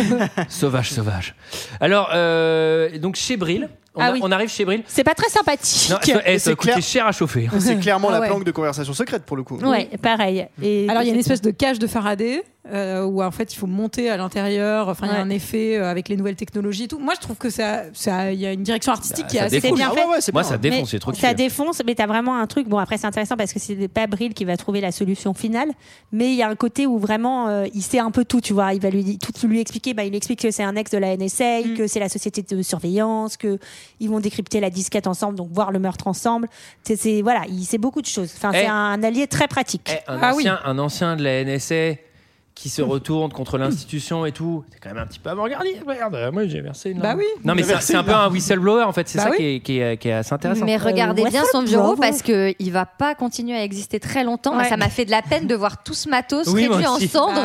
sauvage. Alors, donc chez Bril. On arrive chez Bril. C'est pas très sympathique. Non, ça coûtait cher à chauffer. C'est clairement la planque de conversation secrète pour le coup. Ouais, pareil. Et alors il y a une espèce de cage de Faraday où en fait il faut monter à l'intérieur. Enfin il y a un effet avec les nouvelles technologies et tout. Moi je trouve que il y a une direction artistique qui est assez bien faite. Moi ça défonce, c'est trop ça défonce, mais t'as vraiment un truc. Bon après c'est intéressant parce que c'est pas Bril qui va trouver la solution finale, mais il y a un côté où vraiment il sait un peu tout. Tu vois, il va tout lui expliquer. Il explique que c'est un ex de la NSA, que c'est la société de surveillance, que ils vont décrypter la disquette ensemble, donc voir le meurtre ensemble. Voilà, il sait beaucoup de choses. Enfin, c'est un allié très pratique. Un ancien de la NSA qui se retourne contre l'institution et tout, c'est quand même un petit peu avant-gardiste. Regarde, moi j'ai versé. Bah oui. Non mais c'est un peu un whistleblower en fait. C'est ça qui est assez intéressant. Mais regardez bien son bureau parce que il va pas continuer à exister très longtemps. Ça m'a fait de la peine de voir tout ce matos réduit en cendres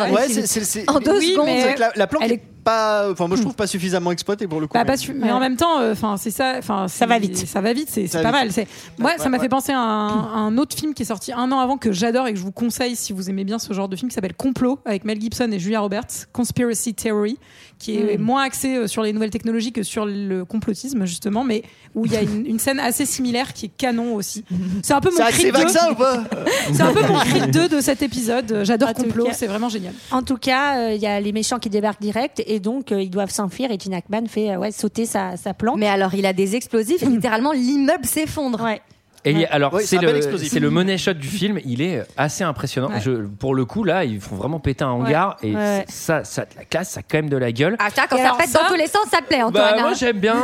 en 2 secondes. Mais la planque est pas. Enfin, moi je trouve pas suffisamment exploité pour le coup. Mais en même temps, c'est ça. Enfin, ça va vite. Ça va vite. C'est pas mal. Moi, ça m'a fait penser à un autre film qui est sorti 1 an avant que j'adore et que je vous conseille si vous aimez bien ce genre de film qui s'appelle Complot avec Mel Gibson et Julia Roberts, Conspiracy Theory, qui est moins axé sur les nouvelles technologies que sur le complotisme justement, mais où il y a une scène assez similaire qui est canon aussi. C'est un peu mon cri ou pas C'est un peu mon cri 2 de cet épisode. J'adore Complot, c'est vraiment génial. En tout cas, il y a les méchants qui débarquent direct et donc ils doivent s'enfuir et Gene Hackman fait sauter sa planque. Mais alors il a des explosifs et littéralement l'immeuble s'effondre. Et alors c'est le money shot du film, il est assez impressionnant. Pour le coup là, ils font vraiment péter un hangar et ça la classe, ça a quand même de la gueule. Quand ça pète dans tous les sens, ça te plaît Antoine. Moi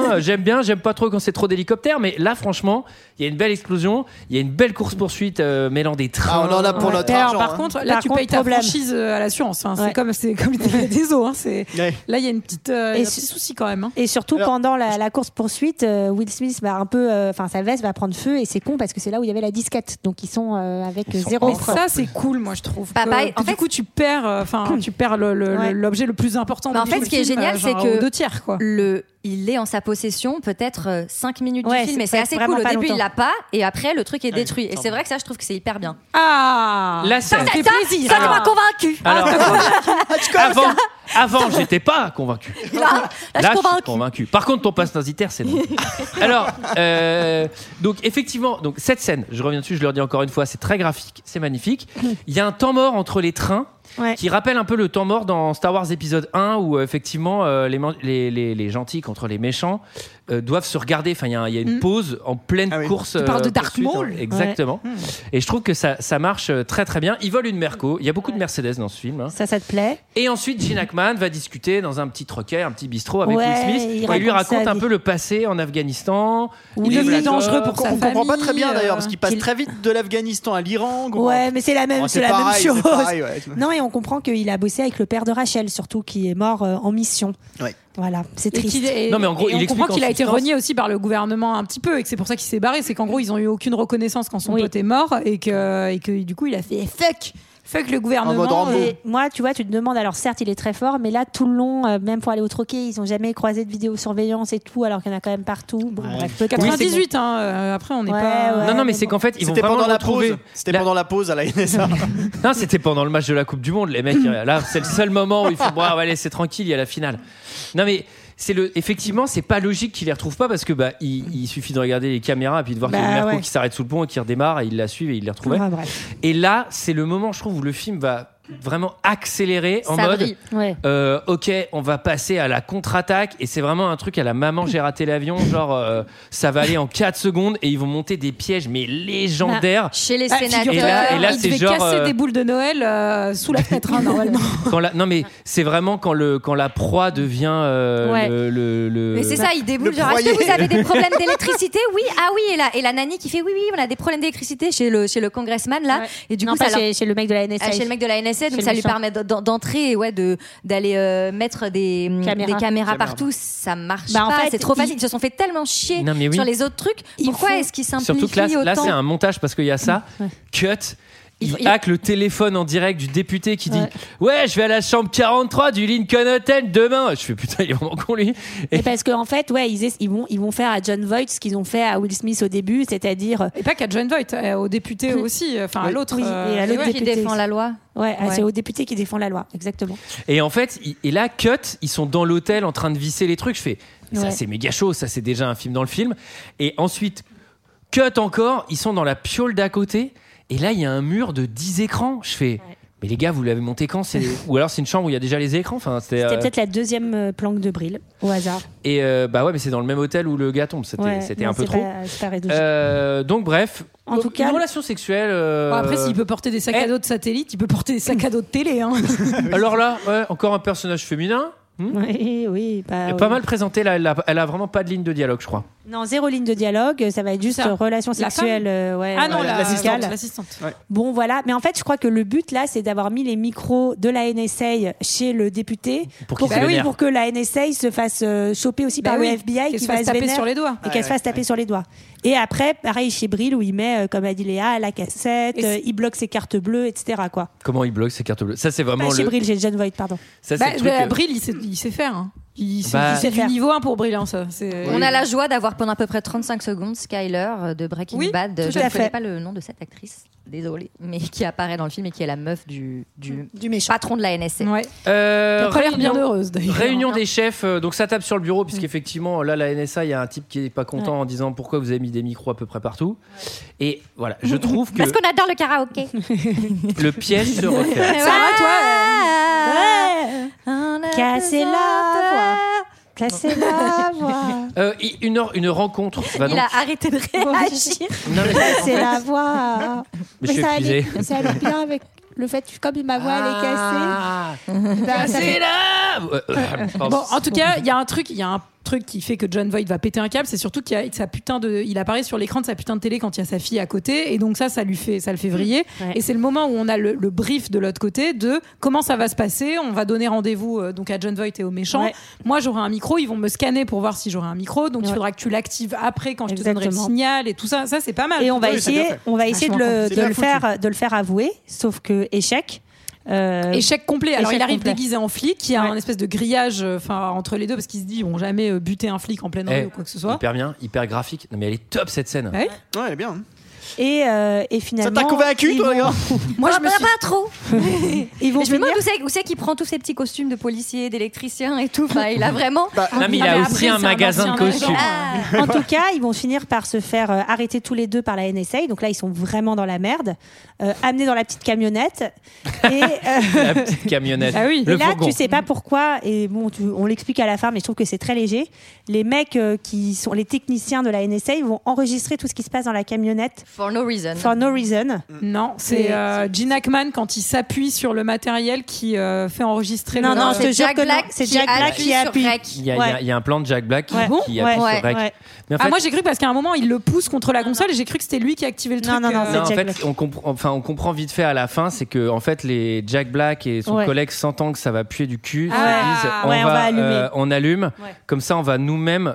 j'aime pas trop quand c'est trop d'hélicoptères, mais là franchement, il y a une belle explosion, il y a une belle course poursuite mêlant des trains. On en a pour notre argent. Par contre, là tu payes ta franchise à l'assurance. C'est comme les des eaux. Là il y a un petit souci quand même. Et surtout pendant la course poursuite, Will Smith va un peu, sa veste va prendre feu et c'est con parce que c'est là où il y avait la disquette, donc ils sont avec zéro. Ça c'est cool, moi je trouve. Du coup tu perds, l'objet le plus important. En fait, ce qui est génial, c'est que 2 tiers quoi. Il est en sa possession peut-être 5 minutes du film, et c'est assez vraiment cool. Au début, longtemps. il l'a pas, et après, le truc est détruit. Et c'est vrai que ça, je trouve que c'est hyper bien. La scène. Ça tu m'as convaincu. Alors, avant, j'étais pas convaincu. Là, je suis convaincu. Par contre, ton passe transitaire, c'est non. Alors, donc effectivement, cette scène, je reviens dessus, je le redis encore une fois, c'est très graphique, c'est magnifique. Il y a un temps mort entre les trains. Qui rappelle un peu le temps mort dans Star Wars épisode 1 où effectivement les gentils contre les méchants doivent se regarder. Enfin, il y a une pause en pleine course. Tu parles de Dark Maul. Exactement. Et je trouve que ça marche très très bien. Ils volent une Merco. Il y a beaucoup de Mercedes dans ce film. Ça te plaît? Et ensuite, Gene Hackman va discuter dans un petit troquet, un petit bistrot avec Will Smith. Il lui raconte un peu le passé en Afghanistan. Il est dangereux pour sa famille. On comprend pas très bien d'ailleurs parce qu'il passe très vite de l'Afghanistan à l'Iran. Ouais, mais c'est la même chose. Non, et on comprend qu'il a bossé avec le père de Rachel, surtout, qui est mort en mission. Voilà, c'est triste. Non, mais en gros, on comprend qu'il a été renié aussi par le gouvernement un petit peu et que c'est pour ça qu'il s'est barré. C'est qu'en gros, ils ont eu aucune reconnaissance quand son pote est mort et que du coup, il a fait fuck le gouvernement. Et moi, tu vois, tu te demandes, alors certes, il est très fort, mais là, tout le long, même pour aller au troquet, ils ont jamais croisé de vidéosurveillance et tout, alors qu'il y en a quand même partout. Bon, bref, 98, après, on n'est pas. Non, mais c'est qu'en fait, ils vont vraiment le retrouver. C'était pendant la pause à la NSA. Non, c'était pendant le match de la Coupe du Monde. Les mecs, là, c'est le seul moment où il faut, allez, c'est tranquille, il y a la finale. Non, mais effectivement, c'est pas logique qu'ils les retrouvent pas parce que il suffit de regarder les caméras et puis de voir qu'il y a une Merco qui s'arrête sous le pont et qui redémarre et ils la suivent et ils les retrouvent. Et là, c'est le moment, je trouve, où le film va vraiment accéléré en Ça mode brille. Ouais. ok, on va passer à la contre-attaque et c'est vraiment un truc à la maman j'ai raté l'avion, genre ça va aller en 4 secondes et ils vont monter des pièges mais légendaires Chez les Ah, sénateurs. et là, il c'est devait genre, casser des boules de Noël sous la fenêtre, hein, normalement. non mais c'est vraiment quand la proie devient Ouais. le Mais c'est ça, il déboule. le Genre, est-ce que broyer. vous avez des problèmes d'électricité? Oui, ah oui. Et la nanny qui fait oui, on a des problèmes d'électricité chez le congressman là. Ouais. Et du Non, coup, pas ça leur- chez le mec de la NSA. chez le mec de la NSA, donc le ça lui méchant. permet d'entrer, ouais, d'aller mettre des caméras partout. Ça marche Bah, en pas. fait, C'est trop facile. Ils se sont fait tellement chier Non, mais oui. sur les autres trucs. Pourquoi est-ce qu'ils simplifient surtout que là autant c'est un montage parce qu'il y a ça cut. Il hack le téléphone en direct du député qui dit ouais je vais à la chambre 43 du Lincoln Hotel demain. Je fais putain il est vraiment con lui. Et parce qu'en fait, ouais, ils vont faire à John Voight ce qu'ils ont fait à Will Smith au début, c'est-à-dire. Et pas qu'à John Voight, aux députés aussi, enfin à l'autre. Oui, et à l'autre qui député défend la loi. Ouais, c'est aux députés qui défend la loi, exactement. Et en fait et là cut ils sont dans l'hôtel en train de visser les trucs. Je fais ça Ouais. c'est méga chaud, ça c'est déjà un film dans le film. Et ensuite cut encore ils sont dans la piole d'à côté. Et là, il y a un mur de 10 écrans. Je fais, mais les gars, vous l'avez monté quand Ou alors c'est une chambre où il y a déjà les écrans. Enfin, C'était peut-être la deuxième planque de Brill, au hasard. Et bah ouais, mais c'est dans le même hôtel où le gars tombe. C'était non, un peu c'est trop. c'est pas rédigé. Donc bref, En tout cas, une relation sexuelle. Bon, après, s'il peut porter des sacs à dos de satellite, il peut porter des sacs à dos de télé. Hein. Alors là, encore un personnage féminin. Oui, bah, Pas mal présenté. Là, elle a vraiment pas de ligne de dialogue, je crois. Non, 0 ligne de dialogue, ça va être juste Ça. relation La sexuelle. Ah non, l'assistante. l'assistante. Ouais. Bon, voilà. Mais en fait, je crois que le but là, c'est d'avoir mis les micros de la NSA chez le député Pour qu'il se vénère. pour que la NSA se fasse choper aussi par le FBI, qui qui se va fasse se taper vénère sur les doigts. et qu'elle se fasse taper sur les doigts. Et après, pareil chez Brill où il met, comme a dit Léa, la cassette, il bloque ses cartes bleues, etc. Quoi. Comment il bloque ses cartes bleues? Ça, c'est vraiment Chez Brill, j'ai John Voight, pardon. Ça, c'est le truc, Brill, il sait faire. Hein. Il Bah- sait du niveau 1 pour Brill. Hein, ça. On a la joie d'avoir pendant à peu près 35 secondes Skyler de Breaking Bad. tout Je à ne connais fait. pas le nom de cette actrice, désolée, mais qui apparaît dans le film et qui est la meuf du méchant patron de la NSA. Ouais. Elle a pas l'air bien réunion- heureuse d'ailleurs. Réunion des chefs, donc ça tape sur le bureau, puisqu'effectivement, là, la NSA, il y a un type qui est pas content en disant pourquoi vous avez mis des micros à peu près partout. Et voilà, je trouve que Parce qu'on adore le karaoké. le piège se referme. Sarah, toi, Cassez la voix. Cassez la voix. Une rencontre. Va Il donc. a arrêté de réagir. Non, mais- Cassez la voix. Mais je suis épuisé. ça allait bien avec le fait que comme ma voix elle est cassée. Cassez là. Bon, en tout cas, il y a un truc qui fait que John Voight va péter un câble, c'est surtout qu'il y a sa putain de, il apparaît sur l'écran de sa putain de télé quand il y a sa fille à côté, et donc ça le fait vriller. Ouais. Et c'est le moment où on a le brief de l'autre côté de comment ça va se passer. On va donner rendez-vous donc à John Voight et aux méchants. Ouais. Moi, j'aurai un micro, ils vont me scanner pour voir si j'aurai un micro, donc il faudra que tu l'actives après quand je te donnerai le Exactement. signal et tout ça. Ça, c'est pas mal. Et on va Oui, c'est bien essayer, fait. on va essayer Vachement de le faire avouer, sauf que échec. Échec complet. Alors Échec il arrive complet. déguisé en flic, il y a Ouais. un espèce de grillage entre les deux parce qu'ils se disent ils vont jamais buter un flic en pleine rue ou quoi que ce soit. Hyper bien, hyper graphique. Non, mais elle est top cette scène. Ouais. Ouais, elle est bien. Et finalement. Ça t'a convaincu, toi, ils vont- gars Moi, je me suis pas trop. Ils vont Je me demande finir- où c'est qu'il prend tous ces petits costumes de policier, d'électricien et tout. Enfin, il a vraiment. Non, mais il Ah, a mais aussi après, un c'est un magasin de ancien costumes. agent. En tout cas, ils vont finir par se faire arrêter tous les deux par la NSA. Donc là, ils sont vraiment dans la merde. Amenés dans la petite camionnette. Et, La petite camionnette. Ah oui. Le et là, fourgon. tu sais pas pourquoi. Et bon, on l'explique à la fin, mais je trouve que c'est très léger. Les mecs qui sont les techniciens de la NSA, ils vont enregistrer tout ce qui se passe dans la camionnette. For no reason. For no reason. Non, c'est Gene Hackman quand il s'appuie sur le matériel qui fait enregistrer. Non, le... non, je te c'est jure Jack que non. Black C'est qui Jack Black appuie qui sur appuie. rec. Il y a, Ouais. il y a un plan de Jack Black qui Ouais. appuie sur Ouais. rec. Ouais. Mais en fait, moi j'ai cru parce qu'à un moment il le pousse contre la console et j'ai cru que c'était lui qui activait le truc. Non, non, en Jack fait, Black. on comprend vite fait à la fin, c'est que en fait les Jack Black et son Ouais. collègue sentant que ça va puer du cul, Ah, se disent ouais, on va allumer. on allume, Ouais. comme ça on va nous-mêmes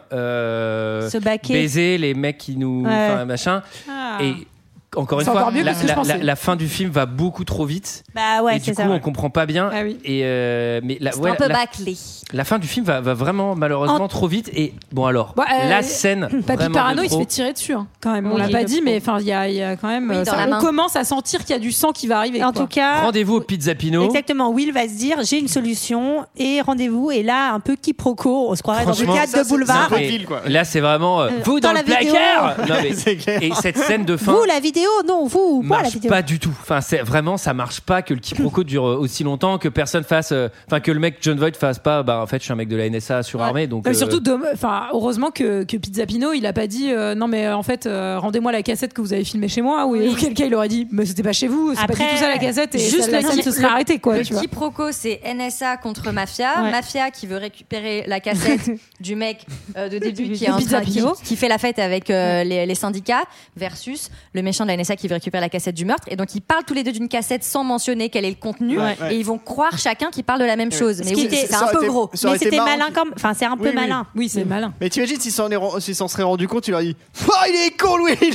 Se baquer. baiser les mecs qui nous, Ouais. enfin, machin. Ah. Et encore une C'est fois, encore mieux que ce que je pensais. la fin du film va beaucoup trop vite. Bah ouais, et du c'est coup, ça. on comprend pas bien. Ah oui. Et mais C'est un peu bâclé. la fin du film va vraiment malheureusement trop vite. Et bon alors, Bah, la scène. Papy vraiment Parano, de il se trop. fait tirer dessus hein, quand même. On Oui, l'a pas le dit, mais enfin il y a quand même. Oui, dans la on main. commence à sentir qu'il y a du sang qui va arriver. En quoi. tout cas, Rendez-vous au Pizza Pino. exactement. Will va se dire j'ai une solution et rendez-vous. Et là, un peu quiproquo. On se croirait dans une Franchement, théâtre de boulevard. Non, mais Vaudeville, quoi. Là, c'est vraiment vous dans dans la le placard. Non, mais- C'est clair. et cette scène de fin. Vous, la vidéo. vidéo, non, vous, moi la marche vidéo. pas du tout. Enfin, c'est vraiment, ça marche pas que le quiproquo dure aussi longtemps, que personne fasse, enfin que le mec John Voight fasse pas. Bah en fait, je suis un mec de la NSA surarmé, donc. Surtout, enfin, heureusement que Pizza Pino, il a pas dit non mais en fait, rendez-moi la cassette que vous avez filmée chez moi, ou auquel cas il aurait dit mais c'était pas chez vous, c'est pas du tout ça la cassette, et juste la scène se serait arrêtée quoi. Le quiproquo, c'est NSA contre Mafia, Mafia qui veut récupérer la cassette du mec de début qui est en train, qui fait la fête avec les syndicats, versus le méchant de la NSA qui veut récupérer la cassette du meurtre, et donc ils parlent tous les deux d'une cassette sans mentionner quel est le contenu, et ils vont croire chacun qu'ils parlent de la même chose. Mais oui, c'est un peu gros. Mais c'était malin comme, enfin c'est un peu malin. Oui, c'est malin. Mais t'imagines s'il s'en serait rendu compte, il leur dit oh, il est con, Louis.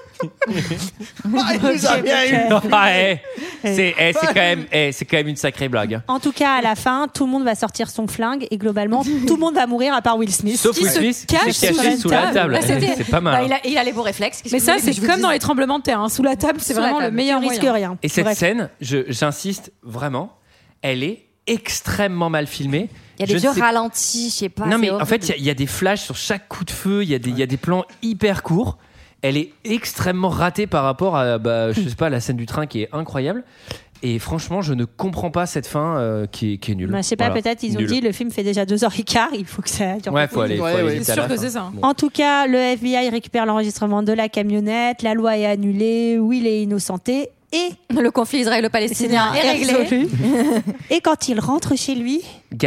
Il nous a bien eu. C'est quand même une sacrée blague. En tout cas, à la fin, tout le monde va sortir son flingue et globalement, tout le monde va mourir à part Will Smith. Sauf Will Smith qui se cache sous la table. C'est pas mal. Il a les beaux réflexes. Mais ça, c'est comme dans les tremblements de terre. Hein. Sous la table, c'est vraiment le meilleur moyen. Risque rien. Et cette scène, j'insiste vraiment, elle est extrêmement mal filmée. Il y a des vieux ralentis, je sais pas. Non, mais en fait, il y a des flashs sur chaque coup de feu, il y a des plans hyper courts. Elle est extrêmement ratée par rapport à, je sais pas, la scène du train qui est incroyable. Et franchement, je ne comprends pas cette fin qui est nulle. Je sais pas, peut-être ils ont dit le film fait déjà 2h15, il faut que ça dure. Ouais, faut aller. C'est sûr que c'est ça. Bon. En tout cas, le FBI récupère l'enregistrement de la camionnette, la loi est annulée, Will est innocenté. Et le conflit israélo-palestinien est réglé. Et quand il rentre chez lui,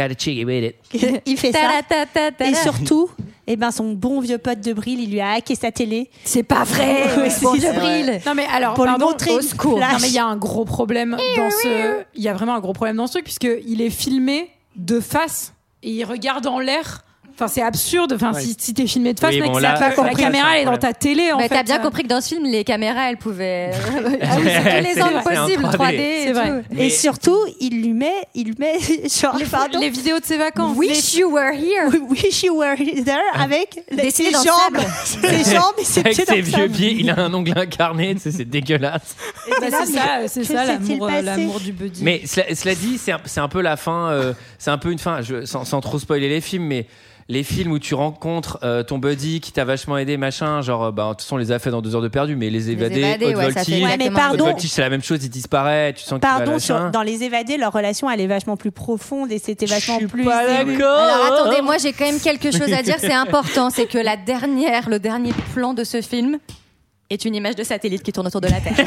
il fait ça. Et surtout, son bon vieux pote de Bril, il lui a hacké sa télé. C'est pas vrai. Bon, de Bril. Non mais alors, pour lui montrer au secours. Non mais il y a un gros problème dans ce. Il y a vraiment un gros problème dans ce truc, puisque il est filmé de face et il regarde en l'air. Enfin, c'est absurde. Enfin, si t'es filmé de face, mec, la caméra elle est dans ta télé. En fait, t'as bien compris que dans ce film, les caméras, elles pouvaient. C'était les angles possibles, 3D. C'est vrai. Et surtout, il lui met genre les vidéos de ses vacances. Wish you were here. Wish you were there avec ses jambes, et ses pieds. Avec ses vieux pieds, il a un ongle incarné. C'est dégueulasse. C'est ça l'amour du buddy. Mais cela dit, c'est un peu la fin. C'est un peu une fin. Sans trop spoiler les films, mais. Les films où tu rencontres ton buddy qui t'a vachement aidé, machin, genre, de toute façon, on les a fait dans 2 heures de perdu, mais les évadés, Haute Voltige, Haute Voltige, c'est la même chose, il disparaît, tu sens qu'il va dans les évadés, leur relation, elle est vachement plus profonde et c'était vachement plus. Pas d'accord. Alors attendez, moi j'ai quand même quelque chose à dire, c'est important, c'est que le dernier plan de ce film est une image de satellite qui tourne autour de la Terre.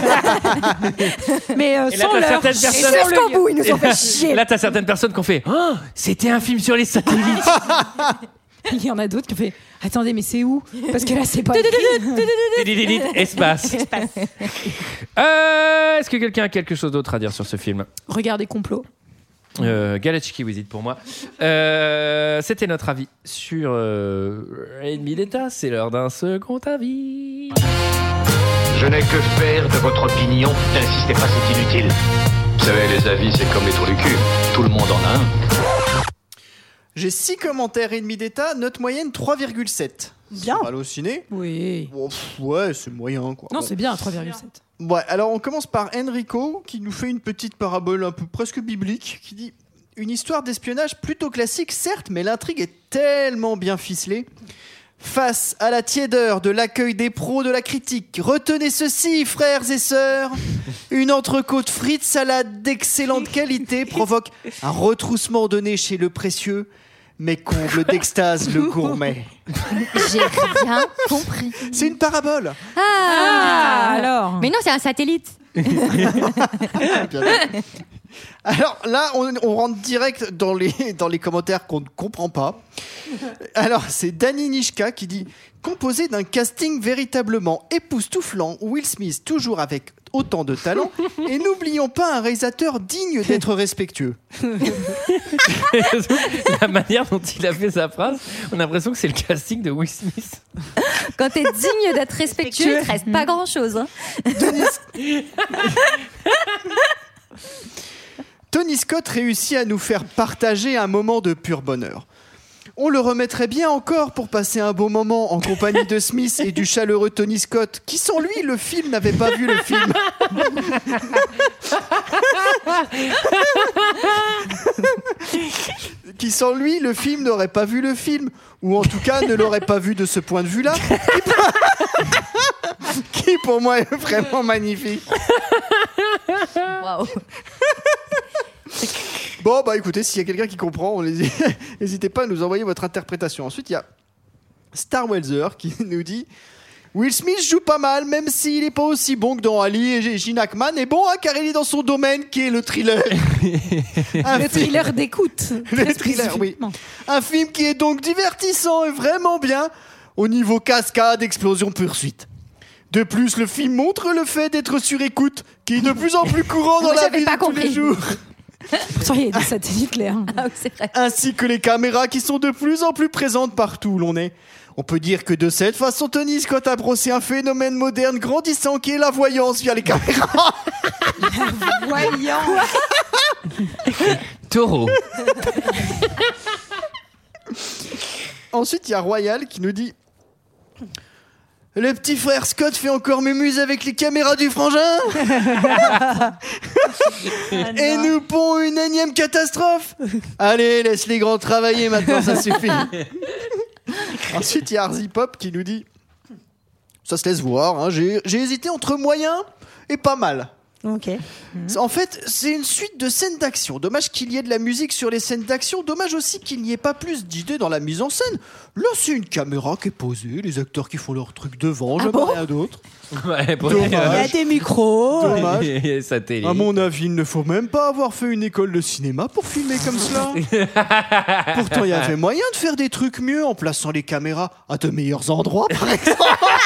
Mais sans l'heure. Jusqu'au bout, ils nous ont fait chier. Là, t'as certaines personnes qui ont fait c'était un film sur les satellites. Il y en a d'autres qui ont fait attendez, mais c'est où? Parce que là, c'est pas. Espace. Est-ce que quelqu'un a quelque chose d'autre à dire sur ce film? Regardez Complot. Galachki Wizard pour moi. C'était notre avis sur Ennemi d'État. C'est l'heure d'un second avis. Je n'ai que faire de votre opinion. N'insistez pas, c'est inutile. Vous savez, les avis, c'est comme les trous du cul. Tout le monde en a un. J'ai 6 commentaires Ennemi d'État, note moyenne 3,7. Bien. Mal au ciné. Oui. Bon, ouais, c'est moyen quoi. Non, c'est bien 3,7. Ouais, alors on commence par Enrico qui nous fait une petite parabole un peu presque biblique qui dit une histoire d'espionnage plutôt classique certes, mais l'intrigue est tellement bien ficelée. Face à la tiédeur de l'accueil des pros de la critique, retenez ceci, frères et sœurs, une entrecôte frite salade d'excellente qualité provoque un retroussement de nez chez le précieux, mais comble d'extase le gourmet. J'ai rien compris. C'est une parabole. Alors. Mais non, c'est un satellite. Alors là, on rentre direct dans les commentaires qu'on ne comprend pas. Alors, c'est Danny Nishka qui dit « Composé d'un casting véritablement époustouflant, Will Smith toujours avec autant de talent, et n'oublions pas un réalisateur digne d'être respectueux. » La manière dont il a fait sa phrase, on a l'impression que c'est le casting de Will Smith. Quand t'es digne d'être respectueux, il te reste pas grand-chose. Hein. Tony Scott réussit à nous faire partager un moment de pur bonheur. On le remettrait bien encore pour passer un beau moment en compagnie de Smith et du chaleureux Tony Scott, qui sans lui, le film n'avait pas vu le film. Qui sans lui, le film n'aurait pas vu le film, ou en tout cas ne l'aurait pas vu de ce point de vue-là. Qui pour moi est vraiment magnifique. Waouh. Bon, bah écoutez, s'il y a quelqu'un qui comprend, n'hésitez pas à nous envoyer votre interprétation. Ensuite, il y a Starwelzer qui nous dit Will Smith joue pas mal, même s'il n'est pas aussi bon que dans Ali, et Gene Hackman est bon, hein, car il est dans son domaine qui est le thriller. Le thriller d'écoute. Le thriller, oui. Un film qui est donc divertissant et vraiment bien au niveau cascade, explosion, poursuite. De plus, le film montre le fait d'être sur écoute, qui est de plus en plus courant dans la vie de tous les jours. Pourtant, il y a des satellites là. Ah, c'est vrai. Ainsi que les caméras qui sont de plus en plus présentes partout où l'on est. On peut dire que de cette façon, Tony Scott a brossé un phénomène moderne grandissant qui est la voyance via les caméras. La voyance. Taureau. Ensuite, il y a Royal qui nous dit le petit frère Scott fait encore mémuse avec les caméras du frangin. Et nous pond une énième catastrophe. Allez, laisse les grands travailler maintenant, ça suffit. Ensuite, il y a Arzy Pop qui nous dit ça se laisse voir, hein, j'ai hésité entre moyen et pas mal. Ok. En fait, c'est une suite de scènes d'action. Dommage qu'il y ait de la musique sur les scènes d'action. Dommage aussi qu'il n'y ait pas plus d'idées dans la mise en scène. Là, c'est une caméra qui est posée, les acteurs qui font leur truc devant, jamais rien d'autre. Ouais, Il y a des micros. Dommage. Satellite. À mon avis, il ne faut même pas avoir fait une école de cinéma pour filmer comme cela. Pourtant, il y avait moyen de faire des trucs mieux en plaçant les caméras à de meilleurs endroits, par exemple.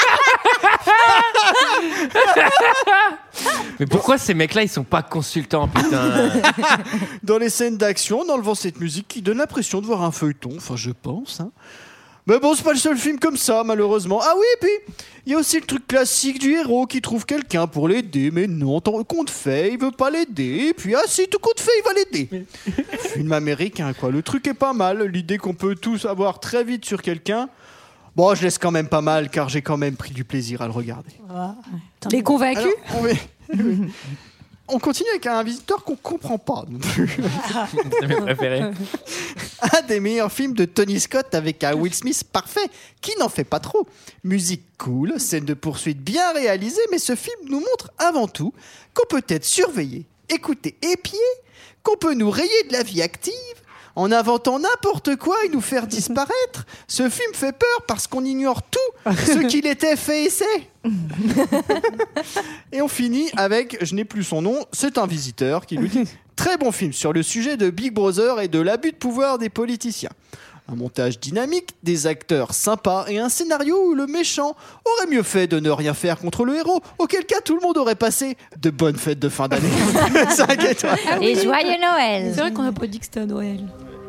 Mais pourquoi ces mecs-là, ils sont pas consultants, putain? Dans les scènes d'action, en enlevant cette musique qui donne l'impression de voir un feuilleton, enfin je pense. Hein. Mais bon, c'est pas le seul film comme ça, malheureusement. Ah oui, et puis, il y a aussi le truc classique du héros qui trouve quelqu'un pour l'aider, mais non, tant compte fait, il veut pas l'aider, et puis, ah si, tout compte fait, il va l'aider. Film américain, quoi. Le truc est pas mal, l'idée qu'on peut tous avoir très vite sur quelqu'un. Bon, je laisse quand même pas mal, car j'ai quand même pris du plaisir à le regarder. Les convaincus. Alors, on continue avec un visiteur qu'on comprend pas non plus. C'est mes préférés. Un des meilleurs films de Tony Scott avec un Will Smith parfait, qui n'en fait pas trop. Musique cool, scène de poursuite bien réalisée, mais ce film nous montre avant tout qu'on peut être surveillé, écouté, épié, qu'on peut nous rayer de la vie active, en inventant n'importe quoi et nous faire disparaître. Ce film fait peur parce qu'on ignore tout ce qu'il était fait et c'est. Et on finit avec, je n'ai plus son nom, c'est un visiteur qui lui dit très bon film sur le sujet de Big Brother et de l'abus de pouvoir des politiciens. Un montage dynamique, des acteurs sympas et un scénario où le méchant aurait mieux fait de ne rien faire contre le héros, auquel cas tout le monde aurait passé de bonnes fêtes de fin d'année. 5 étoiles. Et joyeux Noël. C'est vrai qu'on n'a pas dit que c'était à Noël.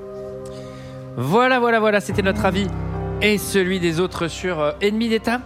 Voilà, c'était notre avis et celui des autres sur Ennemi d'État.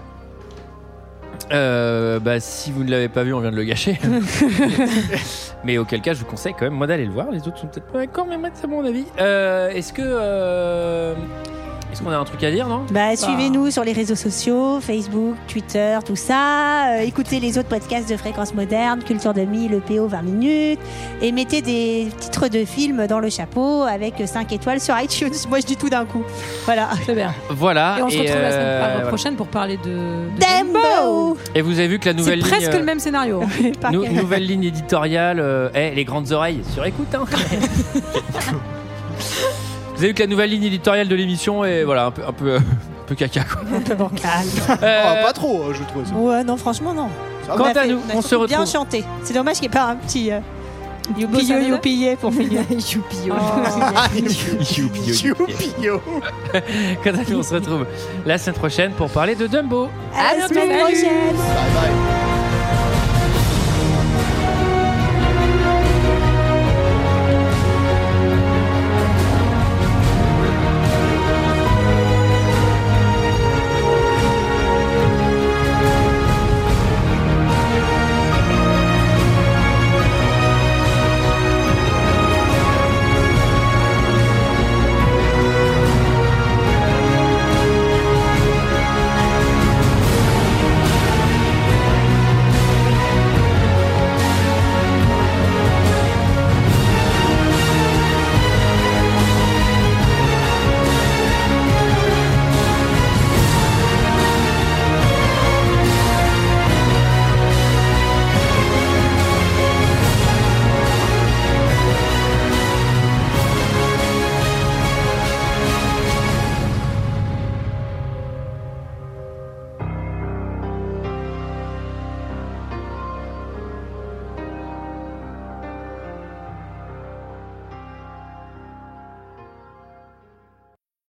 Si vous ne l'avez pas vu, on vient de le gâcher. Mais auquel cas, je vous conseille quand même moi d'aller le voir. Les autres sont peut-être pas d'accord, mais c'est mon avis. Est-ce qu'on a un truc à dire, non? Suivez-nous sur les réseaux sociaux, Facebook, Twitter, tout ça. Écoutez les autres podcasts de Fréquence Moderne, Culture de Mi, le PO 20 minutes. Et mettez des titres de films dans le chapeau avec 5 étoiles sur iTunes. Moi, je dis tout d'un coup. Voilà. C'est bien. Voilà. Et on se retrouve la semaine prochaine pour parler de Dumbo. Et vous avez vu que la nouvelle ligne... C'est presque le même scénario. Nouvelle ligne éditoriale. Les grandes oreilles sur écoute. Hein. Vous avez vu que la nouvelle ligne éditoriale de l'émission est voilà, un peu caca, quoi. Un peu bancal. Pas trop, je trouve ça. Ouais, non, franchement, non. Quant à nous, on se retrouve. Bien chanté. C'est dommage qu'il n'y ait pas un petit youpillé pour finir. Youpillé. Youpillé. Quant à nous, on se retrouve la semaine prochaine pour parler de Dumbo. À la semaine prochaine. Bye bye.